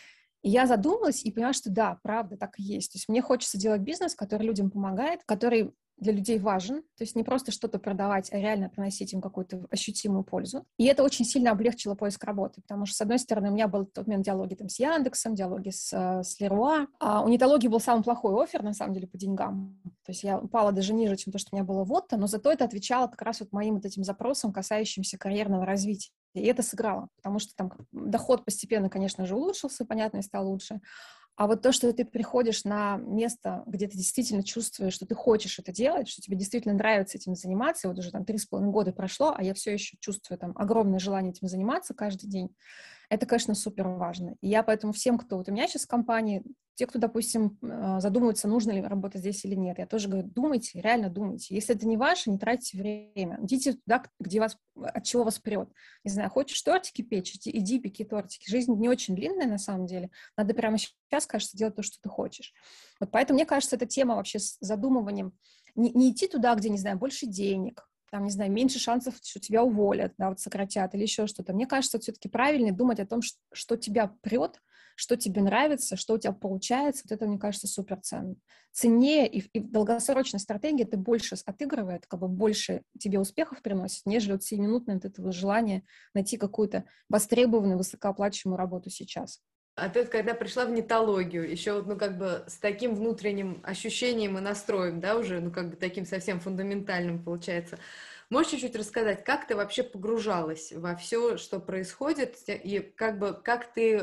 И я задумалась и поняла, что да, правда, так и есть. То есть мне хочется делать бизнес, который людям помогает, который для людей важен, то есть не просто что-то продавать, а реально приносить им какую-то ощутимую пользу. И это очень сильно облегчило поиск работы, потому что, с одной стороны, у меня был в тот момент диалоги там с Яндексом, диалоги с, с Leroy, а у нетологии был самый плохой оффер, на самом деле, по деньгам. То есть я упала даже ниже, чем то, что у меня было в Otto, но зато это отвечало как раз вот моим вот этим запросам, касающимся карьерного развития. И это сыграло, потому что там доход постепенно, конечно же, улучшился, понятно, и стал лучше. А вот то, что ты приходишь на место, где ты действительно чувствуешь, что ты хочешь это делать, что тебе действительно нравится этим заниматься, вот уже там три с половиной года прошло, а я все еще чувствую там огромное желание этим заниматься каждый день, это, конечно, супер важно. И я поэтому всем, кто вот у меня сейчас в компании, те, кто, допустим, задумываются, нужно ли работать здесь или нет, я тоже говорю: думайте, реально думайте. Если это не ваше, не тратьте время. Идите туда, где вас, от чего вас прет. Не знаю, хочешь тортики печь, иди, иди пеки тортики. Жизнь не очень длинная, на самом деле. Надо прямо сейчас, кажется, делать то, что ты хочешь. Вот поэтому, мне кажется, эта тема вообще с задумыванием не, не идти туда, где, не знаю, больше денег, там, не знаю, меньше шансов, что тебя уволят, да, вот сократят или еще что-то. Мне кажется, все-таки правильнее думать о том, что, что тебя прет, что тебе нравится, что у тебя получается. Вот это, мне кажется, суперценно. Ценнее и, и в долгосрочной стратегии это больше отыгрывает, как бы больше тебе успехов приносит, нежели вот сиюминутное вот это вот желание найти какую-то востребованную, высокооплачиваемую работу сейчас. А ты, когда пришла в нетологию, еще вот, ну, как бы с таким внутренним ощущением и настроем, да, уже, ну, как бы таким совсем фундаментальным получается, можешь чуть-чуть рассказать, как ты вообще погружалась во все, что происходит, и как бы, как ты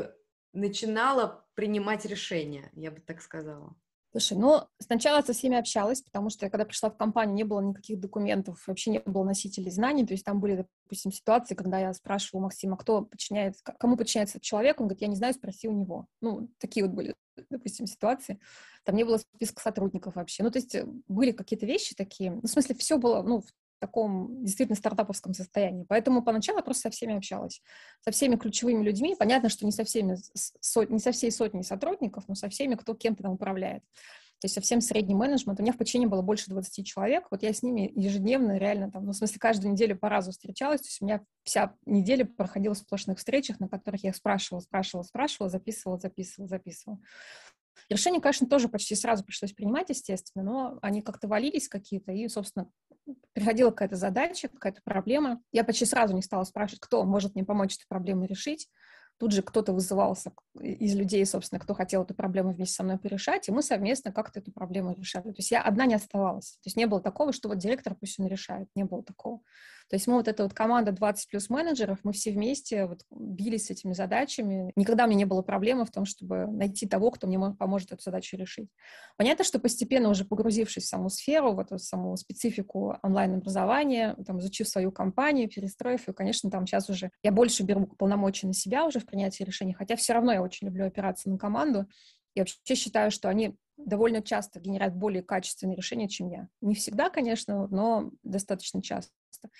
начинала принимать решения, я бы так сказала? Слушай, ну, сначала со всеми общалась, потому что я, когда пришла в компанию, не было никаких документов, вообще не было носителей знаний, то есть там были, допустим, ситуации, когда я спрашивала Максима, кто подчиняется, кому подчиняется этот человек, он говорит, я не знаю, спроси у него. Ну, такие вот были, допустим, ситуации. Там не было списка сотрудников вообще. Ну, то есть были какие-то вещи такие, ну, в смысле, все было, ну, в таком действительно стартаповском состоянии. Поэтому поначалу я просто со всеми общалась, со всеми ключевыми людьми. Понятно, что не со всеми, сот, не со всей сотней сотрудников, но со всеми, кто кем-то там управляет. То есть совсем средний менеджмент. У меня в подчинении было больше двадцати человек. Вот я с ними ежедневно, реально, там, ну, в смысле, каждую неделю по разу встречалась. То есть у меня вся неделя проходила в сплошных встречах, на которых я их спрашивала, спрашивала, спрашивала, записывала, записывала, записывала. Решения, конечно, тоже почти сразу пришлось принимать, естественно, но они как-то валились какие-то, и, собственно, приходила какая-то задача, какая-то проблема. Я почти сразу не стала спрашивать, кто может мне помочь эту проблему решить. Тут же кто-то вызывался из людей, собственно, кто хотел эту проблему вместе со мной порешать, и мы совместно как-то эту проблему решали. То есть я одна не оставалась. То есть не было такого, что вот директор пусть он решает. Не было такого. То есть мы вот эта вот команда двадцать плюс менеджеров, мы все вместе вот бились с этими задачами. Никогда мне не было проблемы в том, чтобы найти того, кто мне поможет эту задачу решить. Понятно, что постепенно уже погрузившись в саму сферу, в эту саму специфику онлайн-образования, там, изучив свою компанию, перестроив ее, конечно, там сейчас уже я больше беру полномочия на себя уже в принятии решений, хотя все равно я очень люблю опираться на команду. Я вообще считаю, что они довольно часто генерят более качественные решения, чем я. Не всегда, конечно, но достаточно часто.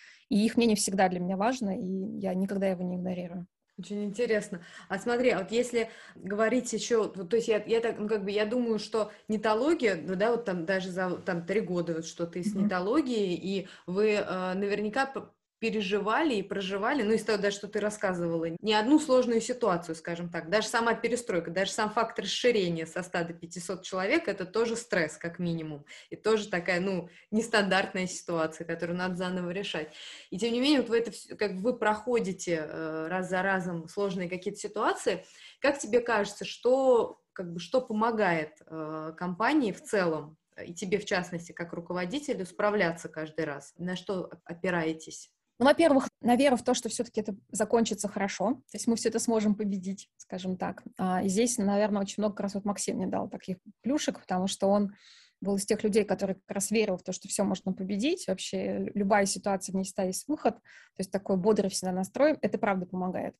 И их мнение всегда для меня важно, и я никогда его не игнорирую. Очень интересно. А смотри, а вот если говорить еще, то есть я, я так, ну, как бы, я думаю, что нетология, ну, да, вот там даже за там три года вот что-то из mm-hmm. нетологии, и вы э, наверняка переживали и проживали, ну, из того, даже, что ты рассказывала, не одну сложную ситуацию, скажем так, даже сама перестройка, даже сам факт расширения со ста до пятисот человек, это тоже стресс, как минимум, и тоже такая, ну, нестандартная ситуация, которую надо заново решать. И тем не менее, вот вы это, как вы проходите э, раз за разом сложные какие-то ситуации, как тебе кажется, что, как бы, что помогает э, компании в целом, и тебе, в частности, как руководителю, справляться каждый раз? На что опираетесь? Ну, во-первых, на веру в то, что все-таки это закончится хорошо, то есть мы все это сможем победить, скажем так. И здесь, наверное, очень много как раз вот Максим мне дал таких плюшек, потому что он был из тех людей, которые как раз верил в то, что все можно победить, вообще любая ситуация, в ней всегда есть выход, то есть такой бодрый всегда настрой, это правда помогает.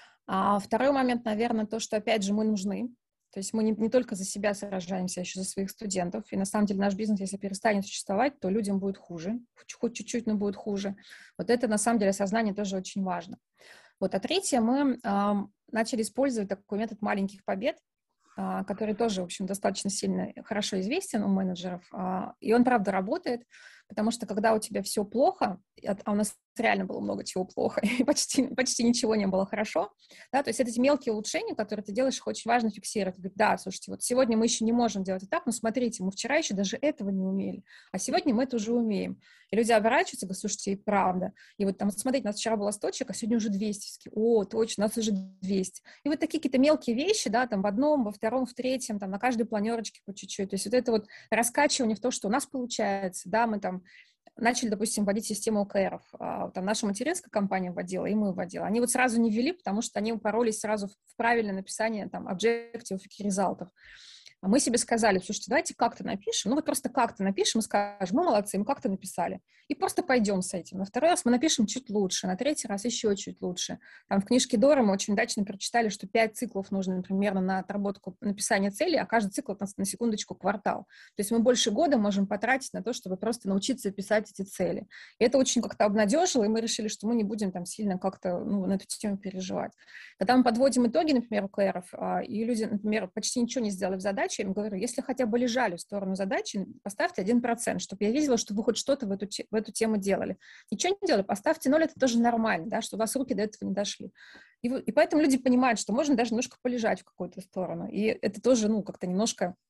А второй момент, наверное, то, что, опять же, мы нужны. То есть мы не, не только за себя сражаемся, а еще за своих студентов. И на самом деле наш бизнес, если перестанет существовать, то людям будет хуже. Хоть чуть-чуть, но будет хуже. Вот это, на самом деле, осознание тоже очень важно. Вот. А третье, мы э, начали использовать такой метод маленьких побед, э, который тоже, в общем, достаточно сильно хорошо известен у менеджеров. Э, и он, правда, работает, потому что когда у тебя все плохо, а у нас реально было много чего плохо, и почти, почти ничего не было хорошо, да, то есть эти мелкие улучшения, которые ты делаешь, их очень важно фиксировать. Говорит, да, слушайте, вот сегодня мы еще не можем делать так, но смотрите, мы вчера еще даже этого не умели, а сегодня мы это уже умеем. И люди оборачиваются, говорят, слушайте, и правда. И вот там, смотрите, у нас вчера было сто человек, а сегодня уже двести. О, точно, у нас уже двести. И вот такие какие-то мелкие вещи, да, там в одном, во втором, в третьем, там на каждой планерочке по чуть-чуть. То есть вот это вот раскачивание в то, что у нас получается, да, мы там начали, допустим, вводить систему о ка эров. Там наша материнская компания вводила, и мы вводила. Они вот сразу не ввели, потому что они упоролись сразу в правильное написание там objective и результатов. А мы себе сказали, слушайте, давайте как-то напишем, ну вот просто как-то напишем и скажем, мы молодцы, мы как-то написали. И просто пойдем с этим. На второй раз мы напишем чуть лучше, на третий раз еще чуть лучше. Там в книжке Дора мы очень удачно прочитали, что пять циклов нужно примерно на отработку написания цели, а каждый цикл на, на секундочку квартал. То есть мы больше года можем потратить на то, чтобы просто научиться писать эти цели. И это очень как-то обнадежило, и мы решили, что мы не будем там сильно как-то ну, на эту тему переживать. Когда мы подводим итоги, например, о ка эров, и люди, например, почти ничего не сделали в задаче, я им говорю, если хотя бы лежали в сторону задачи, поставьте один процент, чтобы я видела, что вы хоть что-то в эту, в эту тему делали. Ничего не делали, поставьте ноль, это тоже нормально, да, что у вас руки до этого не дошли. И, и поэтому люди понимают, что можно даже немножко полежать в какую-то сторону. И это тоже, ну, как-то немножко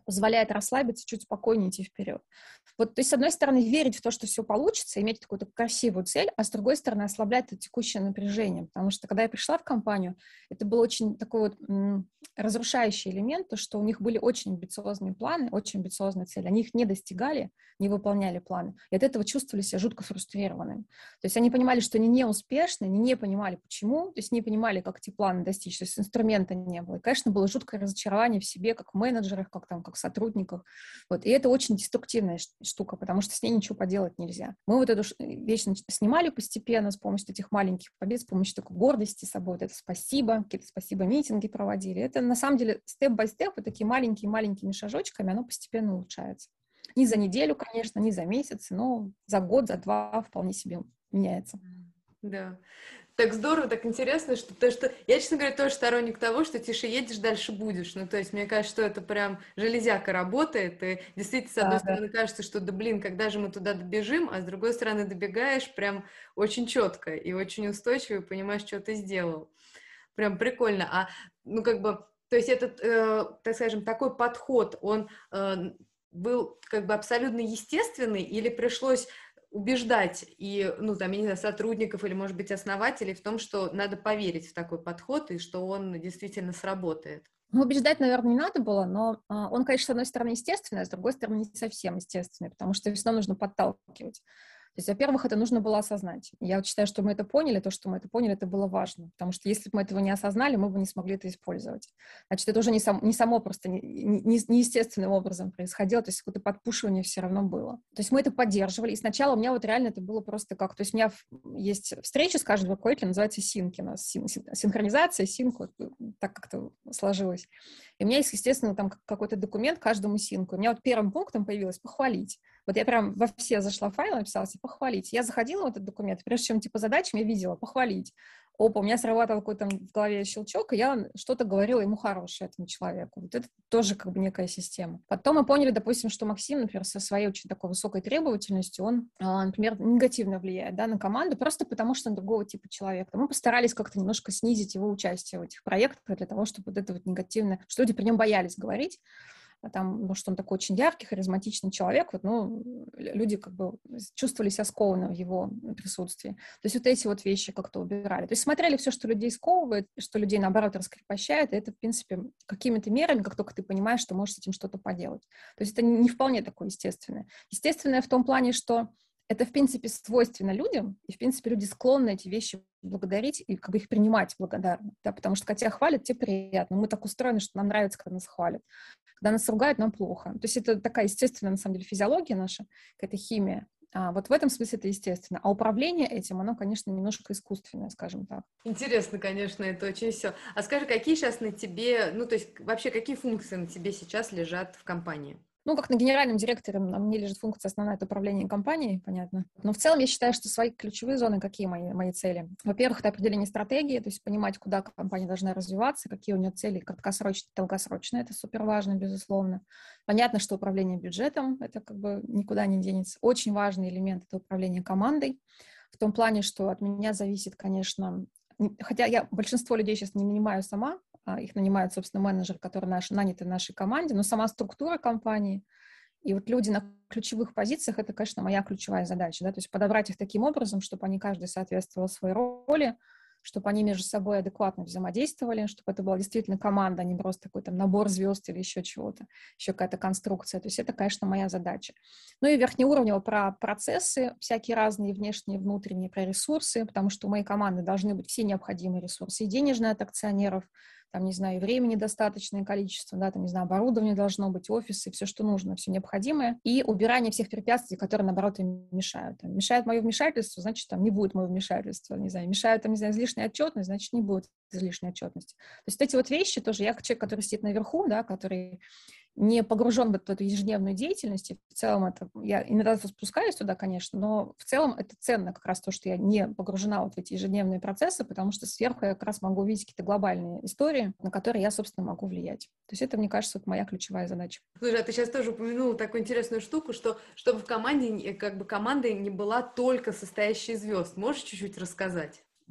позволяет расслабиться, чуть спокойнее идти вперед. Вот, то есть, с одной стороны, верить в то, что все получится, иметь какую-то красивую цель, а с другой стороны, ослаблять это текущее напряжение, потому что, когда я пришла в компанию, это был очень такой вот м, разрушающий элемент, то, что у них были очень амбициозные планы, очень амбициозные цели, они их не достигали, не выполняли планы, и от этого чувствовали себя жутко фрустрированными. То есть, они понимали, что они не успешны, они не понимали, почему, то есть, не понимали, как эти планы достичь, то есть, инструмента не было. И, конечно, было жуткое разочарование в себе, как в менеджерах, как там, как сотрудников. Вот. И это очень деструктивная штука, потому что с ней ничего поделать нельзя. Мы вот эту вещь снимали постепенно с помощью этих маленьких побед, с помощью такой гордости собой. Вот это спасибо, какие-то спасибо-митинги проводили. Это на самом деле степ-бай-степ, вот такие маленькими-маленькими шажочками оно постепенно улучшается. Не за неделю, конечно, не за месяц, но за год, за два вполне себе меняется. Да. Так здорово, так интересно, что то, что... Я, честно говоря, тоже сторонник того, что тише едешь, дальше будешь. Ну, то есть, мне кажется, что это прям железяка работает, и действительно, с одной Да, стороны, да. кажется, что, да блин, когда же мы туда добежим, а с другой стороны, добегаешь прям очень четко и очень устойчиво, и понимаешь, что ты сделал. Прям прикольно. А, ну, как бы, то есть, этот, э, так скажем, такой подход, он э, был как бы абсолютно естественный или пришлось убеждать и, ну, там, я не знаю, сотрудников или, может быть, основателей в том, что надо поверить в такой подход и что он действительно сработает? Ну, убеждать, наверное, не надо было, но а, он, конечно, с одной стороны естественный, а с другой стороны не совсем естественный, потому что все равно нужно подталкивать. То есть, во-первых, это нужно было осознать. Я вот считаю, что мы это поняли, то, что мы это поняли, это было важно, потому что если бы мы этого не осознали, мы бы не смогли это использовать. Значит, это уже не, сам, не само просто не, не, неестественным образом происходило, то есть какое-то подпушивание все равно было. То есть мы это поддерживали, и сначала у меня вот реально это было просто как... То есть у меня есть встреча с каждым руководителем, называется синки у нас, син, синхронизация, синк, вот так как-то сложилось. И у меня есть, естественно, там какой-то документ каждому синку. У меня вот первым пунктом появилось похвалить. Вот я прям во все зашла файлы, написала себе похвалить. Я заходила в этот документ, прежде чем типа задачами я видела похвалить. Опа, у меня срабатывал какой-то в голове щелчок, и я что-то говорила ему хорошее, этому человеку. Вот это тоже как бы некая система. Потом мы поняли, допустим, что Максим, например, со своей очень такой высокой требовательностью, он, например, негативно влияет, да, на команду, просто потому что он другого типа человек. Мы постарались как-то немножко снизить его участие в этих проектах для того, чтобы вот это вот негативное, что люди при нем боялись говорить. Там, ну, что он такой очень яркий, харизматичный человек, вот, ну, люди как бы чувствовали себя скованно в его присутствии. То есть вот эти вот вещи как-то убирали. То есть смотрели все, что людей сковывает, что людей, наоборот, раскрепощает, и это, в принципе, какими-то мерами, как только ты понимаешь, что можешь с этим что-то поделать. То есть это не вполне такое естественное. Естественное в том плане, что это, в принципе, свойственно людям, и, в принципе, люди склонны эти вещи благодарить и как бы их принимать благодарно, да, потому что, когда тебя хвалят, тебе приятно. Мы так устроены, что нам нравится, когда нас хвалят. Когда нас ругают, нам плохо. То есть это такая естественная, на самом деле, физиология наша, какая-то химия. А вот в этом смысле это естественно. А управление этим, оно, конечно, немножко искусственное, скажем так. Интересно, конечно, это очень все. А скажи, какие сейчас на тебе, ну, то есть вообще какие функции на тебе сейчас лежат в компании? Ну, как на генеральном директоре, на мне лежит функция основная — это управление компанией, понятно. Но в целом я считаю, что свои ключевые зоны, какие мои, мои цели? Во-первых, это определение стратегии, то есть понимать, куда компания должна развиваться, какие у нее цели краткосрочные, долгосрочные, это супер важно, безусловно. Понятно, что управление бюджетом, это как бы никуда не денется. Очень важный элемент — это управление командой, в том плане, что от меня зависит, конечно, хотя я большинство людей сейчас не нанимаю сама, их нанимают, собственно, менеджеры, которые наши, наняты в нашей команде, но сама структура компании и вот люди на ключевых позициях — это, конечно, моя ключевая задача, да, то есть подобрать их таким образом, чтобы они каждый соответствовал своей роли, чтобы они между собой адекватно взаимодействовали, чтобы это была действительно команда, а не просто какой-то набор звезд или еще чего-то, еще какая-то конструкция. То есть это, конечно, моя задача. Ну и верхнеуровнево про процессы, всякие разные, внешние, внутренние, про ресурсы, потому что у моей команды должны быть все необходимые ресурсы, и денежные от акционеров, там, не знаю, и времени достаточное количество, да, там, не знаю, оборудование должно быть, офисы, все, что нужно, все необходимое, и убирание всех препятствий, которые, наоборот, им мешают. Там, мешает мое вмешательство, значит, там не будет моего вмешательства, не знаю, мешает, там, не знаю, излишняя отчетность, значит, не будет излишней отчетности. То есть эти вот вещи тоже, я как человек, который сидит наверху, да, который не погружен в эту ежедневную деятельность, и в целом это, я иногда спускаюсь туда, конечно, но в целом это ценно как раз то, что я не погружена вот в эти ежедневные процессы, потому что сверху я как раз могу увидеть какие-то глобальные истории, на которые я, собственно, могу влиять. То есть это, мне кажется, вот моя ключевая задача. Слушай, а ты сейчас тоже упомянула такую интересную штуку, что чтобы в команде, как бы команда не была только состоящей из звезд. Можешь чуть-чуть рассказать? Да,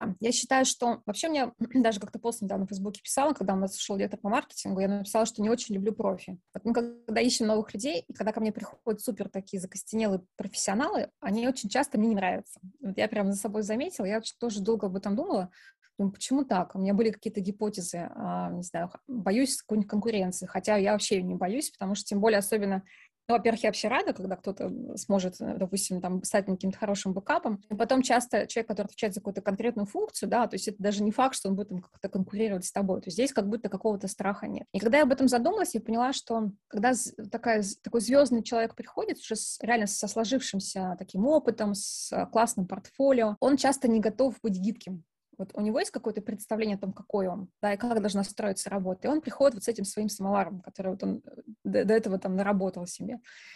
Я считаю, что вообще мне даже как-то пост недавно в Фейсбуке писала, когда у нас шел лето по маркетингу, я написала, что не очень люблю профи. Вот мы когда ищем новых людей, и когда ко мне приходят супер такие закостенелые профессионалы, они очень часто мне не нравятся. Вот я прям за собой заметила, я тоже долго об этом думала. Думаю, почему так? У меня были какие-то гипотезы, а, не знаю, боюсь какой-нибудь конкуренции, хотя я вообще ее не боюсь, потому что тем более особенно ну, во-первых, я вообще рада, когда кто-то сможет, допустим, там, стать каким-то хорошим бэкапом. И потом часто человек, который отвечает за какую-то конкретную функцию, да, то есть это даже не факт, что он будет там как-то конкурировать с тобой. То есть здесь как будто какого-то страха нет. И когда я об этом задумалась, я поняла, что когда такая, такой звездный человек приходит уже с, реально со сложившимся таким опытом, с классным портфолио, он часто не готов быть гибким. Вот у него есть какое-то представление о том, какой он, да, и как должна строиться работа. И он приходит вот с этим своим самоваром, который вот он до, до этого там наработал себе.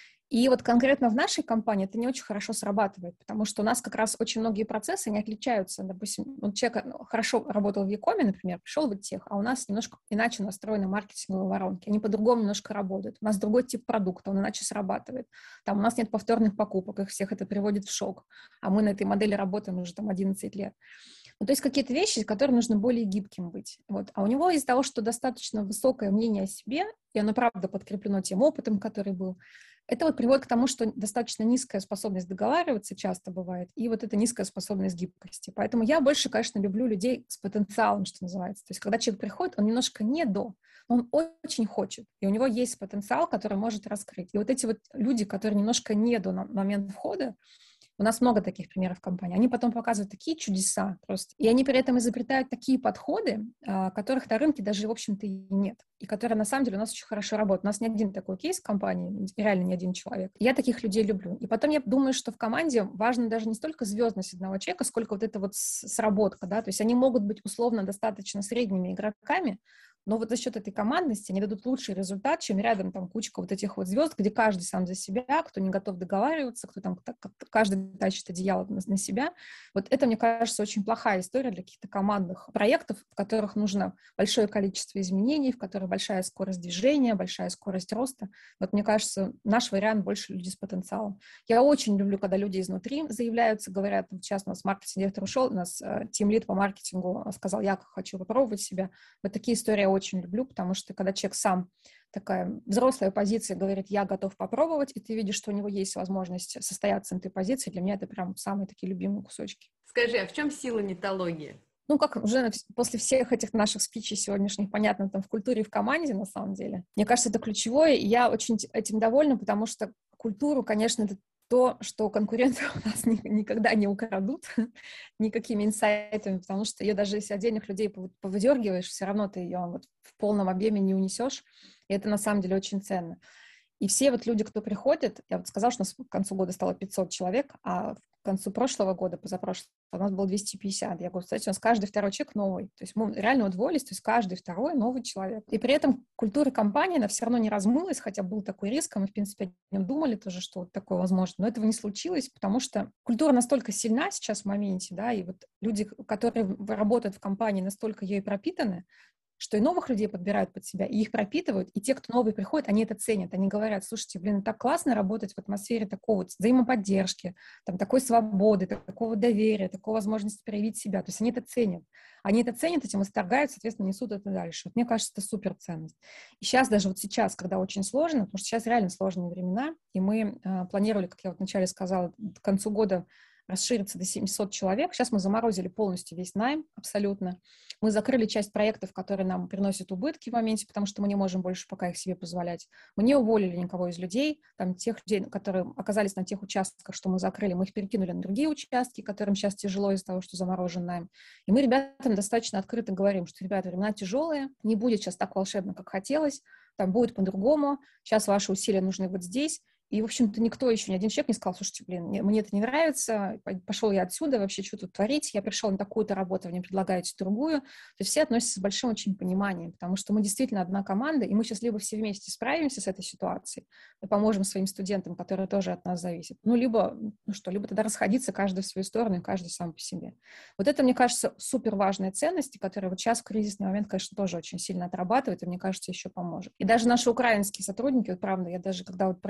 И вот конкретно в нашей компании это не очень хорошо срабатывает, потому что у нас как раз очень многие процессы не отличаются. Допустим, вот человек хорошо работал в Якоме, например, пришел в Идтех, а у нас немножко иначе настроены маркетинговые воронки. Они по-другому немножко работают. У нас другой тип продукта, он иначе срабатывает. Там у нас нет повторных покупок, их всех это приводит в шок. А мы на этой модели работаем уже там одиннадцать лет. Ну, то есть какие-то вещи, которые нужно более гибким быть. Вот. А у него из-за того, что достаточно высокое мнение о себе, и оно, правда, подкреплено тем опытом, который был, это вот приводит к тому, что достаточно низкая способность договариваться часто бывает, и вот эта низкая способность гибкости. Поэтому я больше, конечно, люблю людей с потенциалом, что называется. То есть когда человек приходит, он немножко не до, он очень хочет, и у него есть потенциал, который может раскрыть. И вот эти вот люди, которые немножко не до на момент входа, у нас много таких примеров в компании. Они потом показывают такие чудеса просто. И они при этом изобретают такие подходы, которых на рынке даже, в общем-то, и нет. И которые, на самом деле, у нас очень хорошо работают. У нас не один такой кейс в компании, реально не один человек. Я таких людей люблю. И потом я думаю, что в команде важно даже не столько звездность одного человека, сколько вот эта вот сработка, да. То есть они могут быть условно достаточно средними игроками, но вот за счет этой командности они дадут лучший результат, чем рядом там кучка вот этих вот звезд, где каждый сам за себя, кто не готов договариваться, кто там каждый тащит одеяло на, на себя. Вот это, мне кажется, очень плохая история для каких-то командных проектов, в которых нужно большое количество изменений, в которых большая скорость движения, большая скорость роста. Вот мне кажется, наш вариант больше люди с потенциалом. Я очень люблю, когда люди изнутри заявляются, говорят, сейчас у нас маркетинг-директор ушел, у нас э, тимлид по маркетингу сказал, я хочу попробовать себя. Вот такие истории очень люблю, потому что когда человек сам, такая взрослая позиция, говорит, я готов попробовать, и ты видишь, что у него есть возможность состояться на этой позиции, для меня это прям самые такие любимые кусочки. Скажи, а в чем сила нетологии? Ну, как уже после всех этих наших спичей сегодняшних, понятно, там в культуре и в команде, на самом деле. Мне кажется, это ключевое, и я очень этим довольна, потому что культуру, конечно, это то, что конкуренты у нас ни, никогда не украдут никакими инсайтами, потому что ее даже если отдельных людей повыдергиваешь, все равно ты ее вот в полном объеме не унесешь, и это на самом деле очень ценно. И все вот люди, кто приходит, я вот сказала, что у нас к концу года стало пятьсот человек, а к концу прошлого года, позапрошлого, у нас было двести пятьдесят. Я говорю, кстати, у нас каждый второй человек новый. То есть мы реально удвоились, то есть каждый второй новый человек. И при этом культура компании, она все равно не размылась, хотя был такой риск, а мы, в принципе, о нем думали тоже, что вот такое возможно. Но этого не случилось, потому что культура настолько сильна сейчас в моменте, да, и вот люди, которые работают в компании, настолько ею пропитаны, что и новых людей подбирают под себя, и их пропитывают, и те, кто новые приходят, они это ценят. Они говорят, слушайте, блин, так классно работать в атмосфере такого вот взаимоподдержки, там, такой свободы, такого доверия, такой возможности проявить себя. То есть они это ценят. Они это ценят, этим восторгают, соответственно, несут это дальше. Вот мне кажется, это суперценность. И сейчас, даже вот сейчас, когда очень сложно, потому что сейчас реально сложные времена, и мы э, планировали, как я вот вначале сказала, к концу года расшириться до семисот человек. Сейчас мы заморозили полностью весь найм, абсолютно. Мы закрыли часть проектов, которые нам приносят убытки в моменте, потому что мы не можем больше пока их себе позволять. Мы не уволили никого из людей, там, тех людей, которые оказались на тех участках, что мы закрыли, мы их перекинули на другие участки, которым сейчас тяжело из-за того, что заморожен найм. И мы ребятам достаточно открыто говорим, что, ребята, времена тяжелые, не будет сейчас так волшебно, как хотелось, там будет по-другому, сейчас ваши усилия нужны вот здесь. И, в общем-то, никто еще, ни один человек не сказал, слушайте, блин, мне это не нравится, пошел я отсюда, вообще, что тут творить, я пришел на такую-то работу, вы мне предлагаете другую. То есть все относятся с большим очень пониманием, потому что мы действительно одна команда, и мы сейчас либо все вместе справимся с этой ситуацией, мы поможем своим студентам, которые тоже от нас зависят, ну, либо, ну что, либо тогда расходиться каждый в свою сторону, и каждый сам по себе. Вот это, мне кажется, супер важная ценность, которая вот сейчас в кризисный момент, конечно, тоже очень сильно отрабатывает, и, мне кажется, еще поможет. И даже наши украинские сотрудники, вот правда, я даже, когда вот про них слышала,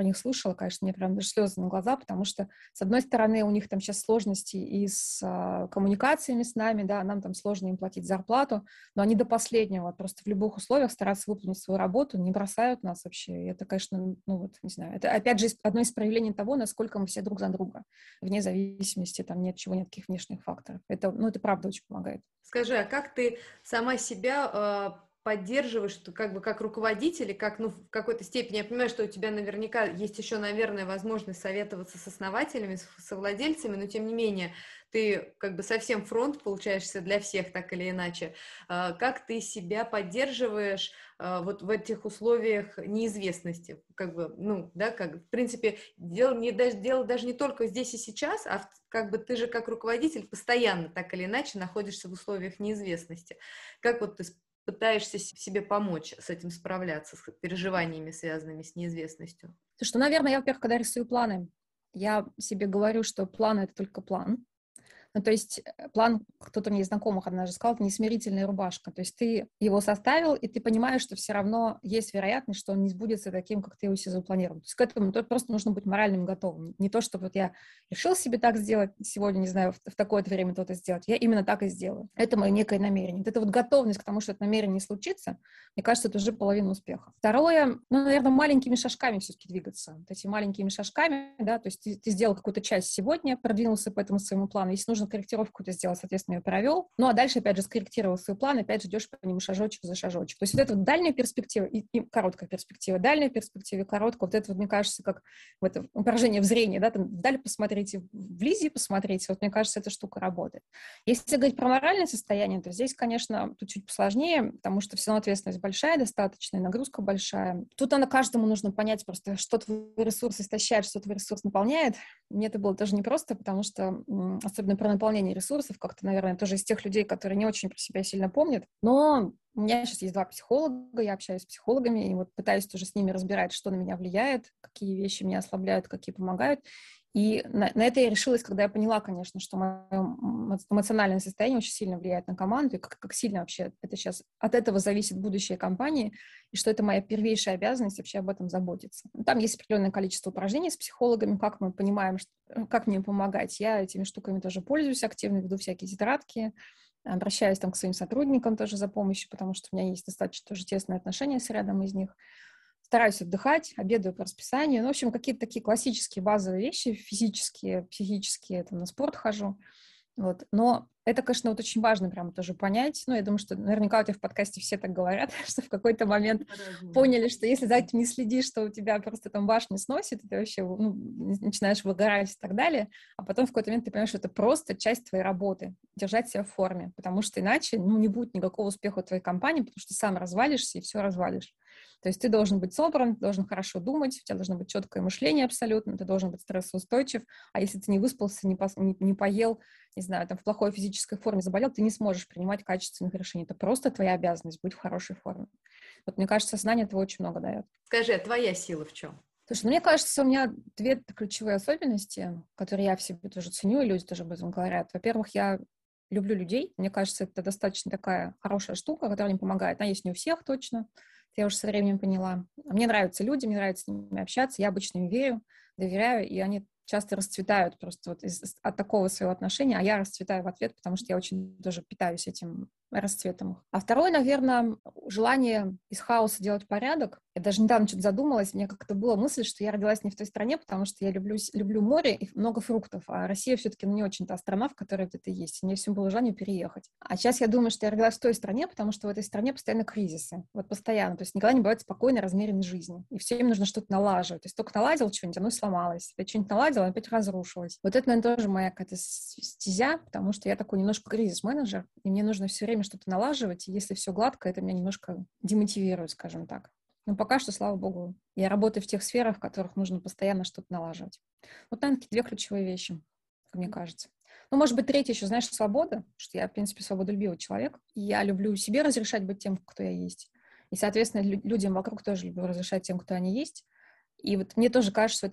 слышала, конечно, мне прям даже слезы на глаза, потому что, с одной стороны, у них там сейчас сложности и с а, коммуникациями с нами, да, нам там сложно им платить зарплату, но они до последнего просто в любых условиях стараются выполнить свою работу, не бросают нас вообще. И это, конечно, ну вот, не знаю, это опять же одно из проявлений того, насколько мы все друг за друга, вне зависимости там ни от чего, ни от каких внешних факторов. Это, ну, это правда очень помогает. Скажи, а как ты сама себя э, поддерживаешь, что как бы как руководитель, и как, ну, в какой-то степени, я понимаю, что у тебя наверняка есть еще, наверное, возможность советоваться с основателями, с совладельцами, но тем не менее, ты как бы совсем фронт получаешься для всех, так или иначе. Э, как ты себя поддерживаешь э, вот в этих условиях неизвестности? Как бы, ну, да, как, в принципе, дело, не, даже, дело даже не только здесь и сейчас, а в, как бы ты же как руководитель постоянно, так или иначе, находишься в условиях неизвестности. Как вот ты пытаешься себе помочь с этим справляться, с переживаниями, связанными с неизвестностью? То, что, наверное, я, во-первых, когда рисую планы, я себе говорю, что план — это только план. Ну, то есть план, кто-то мне из знакомых однажды сказал, это не смирительная рубашка. То есть ты его составил, и ты понимаешь, что все равно есть вероятность, что он не сбудется таким, как ты его себе запланировал. То есть к этому просто нужно быть моральным готовым. Не то, что вот я решил себе так сделать сегодня, не знаю, в, в такое-то время то-то сделать. Я именно так и сделаю. Это мое некое намерение. Вот эта вот готовность к тому, что это намерение не случится, мне кажется, это уже половина успеха. Второе, ну, наверное, маленькими шажками все-таки двигаться. Вот эти маленькими шажками, да, то есть ты, ты сделал какую-то часть сегодня, продвинулся по этому своему плану. Если нужно корректировку какую-то сделать, соответственно, ее провел. Ну, а дальше, опять же, скорректировал свой план, опять же, идешь по нему шажочек за шажочек. То есть вот эта вот дальняя перспектива и, и короткая перспектива, дальняя перспектива и короткая, вот это вот, мне кажется, как в это упражнение в зрении, да, там вдаль посмотрите, вблизи посмотрите, вот мне кажется, эта штука работает. Если говорить про моральное состояние, то здесь, конечно, тут чуть посложнее, потому что все равно ответственность большая достаточно, и нагрузка большая. Тут она каждому нужно понять просто, что твой ресурс истощает, что твой ресурс наполняет. Мне это было тоже непросто, потому что, особенно про наполнение ресурсов, как-то, наверное, тоже из тех людей, которые не очень про себя сильно помнят. Но у меня сейчас есть два психолога, я общаюсь с психологами, и вот пытаюсь тоже с ними разбирать, что на меня влияет, какие вещи меня ослабляют, какие помогают. И на, на это я решилась, когда я поняла, конечно, что мое эмоциональное состояние очень сильно влияет на команду, и как, как сильно вообще это сейчас от этого зависит будущее компании, и что это моя первейшая обязанность вообще об этом заботиться. Там есть определенное количество упражнений с психологами, как мы понимаем, что, как мне помогать. Я этими штуками тоже пользуюсь активно, веду всякие тетрадки, обращаюсь там к своим сотрудникам тоже за помощью, потому что у меня есть достаточно тоже тесные отношения с рядом из них. Стараюсь отдыхать, обедаю по расписанию. Ну, в общем, какие-то такие классические базовые вещи, физические, психические, там, на спорт хожу. Вот. Но это, конечно, вот очень важно прямо тоже понять. Ну, я думаю, что наверняка у тебя в подкасте все так говорят, что в какой-то момент поняли, что если за этим не следишь, что у тебя просто там башню сносит, и ты вообще ну, начинаешь выгорать и так далее, а потом в какой-то момент ты понимаешь, что это просто часть твоей работы, держать себя в форме, потому что иначе ну, не будет никакого успеха в твоей компании, потому что ты сам развалишься и все развалишь. То есть ты должен быть собран, ты должен хорошо думать, у тебя должно быть четкое мышление абсолютно, ты должен быть стрессоустойчив, а если ты не выспался, не, пос, не, не поел, не знаю, там в плохой физической форме заболел, ты не сможешь принимать качественных решений. Это просто твоя обязанность быть в хорошей форме. Вот мне кажется, знание этого очень много дает. Скажи, а твоя сила в чем? Слушай, ну, мне кажется, у меня две ключевые особенности, которые я в себе тоже ценю, и люди тоже об этом говорят. Во-первых, я люблю людей. Мне кажется, это достаточно такая хорошая штука, которая мне помогает. Она есть не у всех точно, я уже со временем поняла. Мне нравятся люди, мне нравится с ними общаться, я обычно им верю, доверяю, и они часто расцветают просто вот из, от такого своего отношения, а я расцветаю в ответ, потому что я очень тоже питаюсь этим расцветом. А второе, наверное, желание из хаоса делать порядок. Я даже недавно что-то задумалась, у меня как-то была мысль, что я родилась не в той стране, потому что я люблю, люблю море и много фруктов, а Россия все-таки ну, не очень та страна, в которой вот это есть. И мне всем было желание переехать. А сейчас я думаю, что я родилась в той стране, потому что в этой стране постоянно кризисы. Вот постоянно. То есть никогда не бывает спокойной, размеренной жизни. И всем нужно что-то налаживать. То есть только наладил что-нибудь, оно сломалось. Опять что-нибудь наладил, оно опять разрушилось. Вот это, наверное, тоже моя какая-то стезя, потому что я такой немножко кризис-менеджер, и мне нужно все время что-то налаживать, и если все гладко, это меня немножко демотивирует, скажем так. Но пока что, слава богу, я работаю в тех сферах, в которых нужно постоянно что-то налаживать. Вот, наверное, такие две ключевые вещи, как мне кажется. Ну, может быть, третье еще, знаешь, свобода, потому что я, в принципе, свободолюбивый человек. И я люблю себе разрешать быть тем, кто я есть. И, соответственно, людям вокруг тоже люблю разрешать тем, кто они есть. И вот мне тоже кажется, что это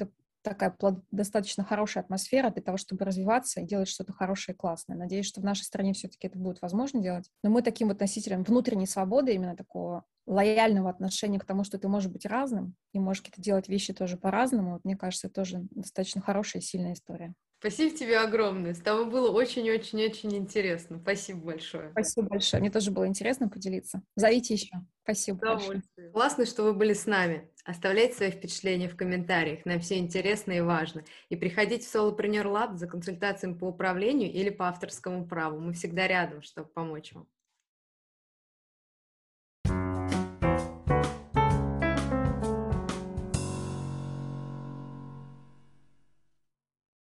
такая плод- достаточно хорошая атмосфера для того, чтобы развиваться и делать что-то хорошее и классное. Надеюсь, что в нашей стране все-таки это будет возможно делать. Но мы таким вот носителем внутренней свободы, именно такого лояльного отношения к тому, что ты можешь быть разным и можешь какие-то делать вещи тоже по-разному, вот, мне кажется, это тоже достаточно хорошая и сильная история. Спасибо тебе огромное. С тобой было очень-очень-очень интересно. Спасибо большое. Спасибо большое. Мне тоже было интересно поделиться. Зовите еще. Спасибо большое. Удовольствие. Классно, что вы были с нами. Оставляйте свои впечатления в комментариях. Нам все интересно и важно. И приходите в Solopreneur Lab за консультациями по управлению или по авторскому праву. Мы всегда рядом, чтобы помочь вам.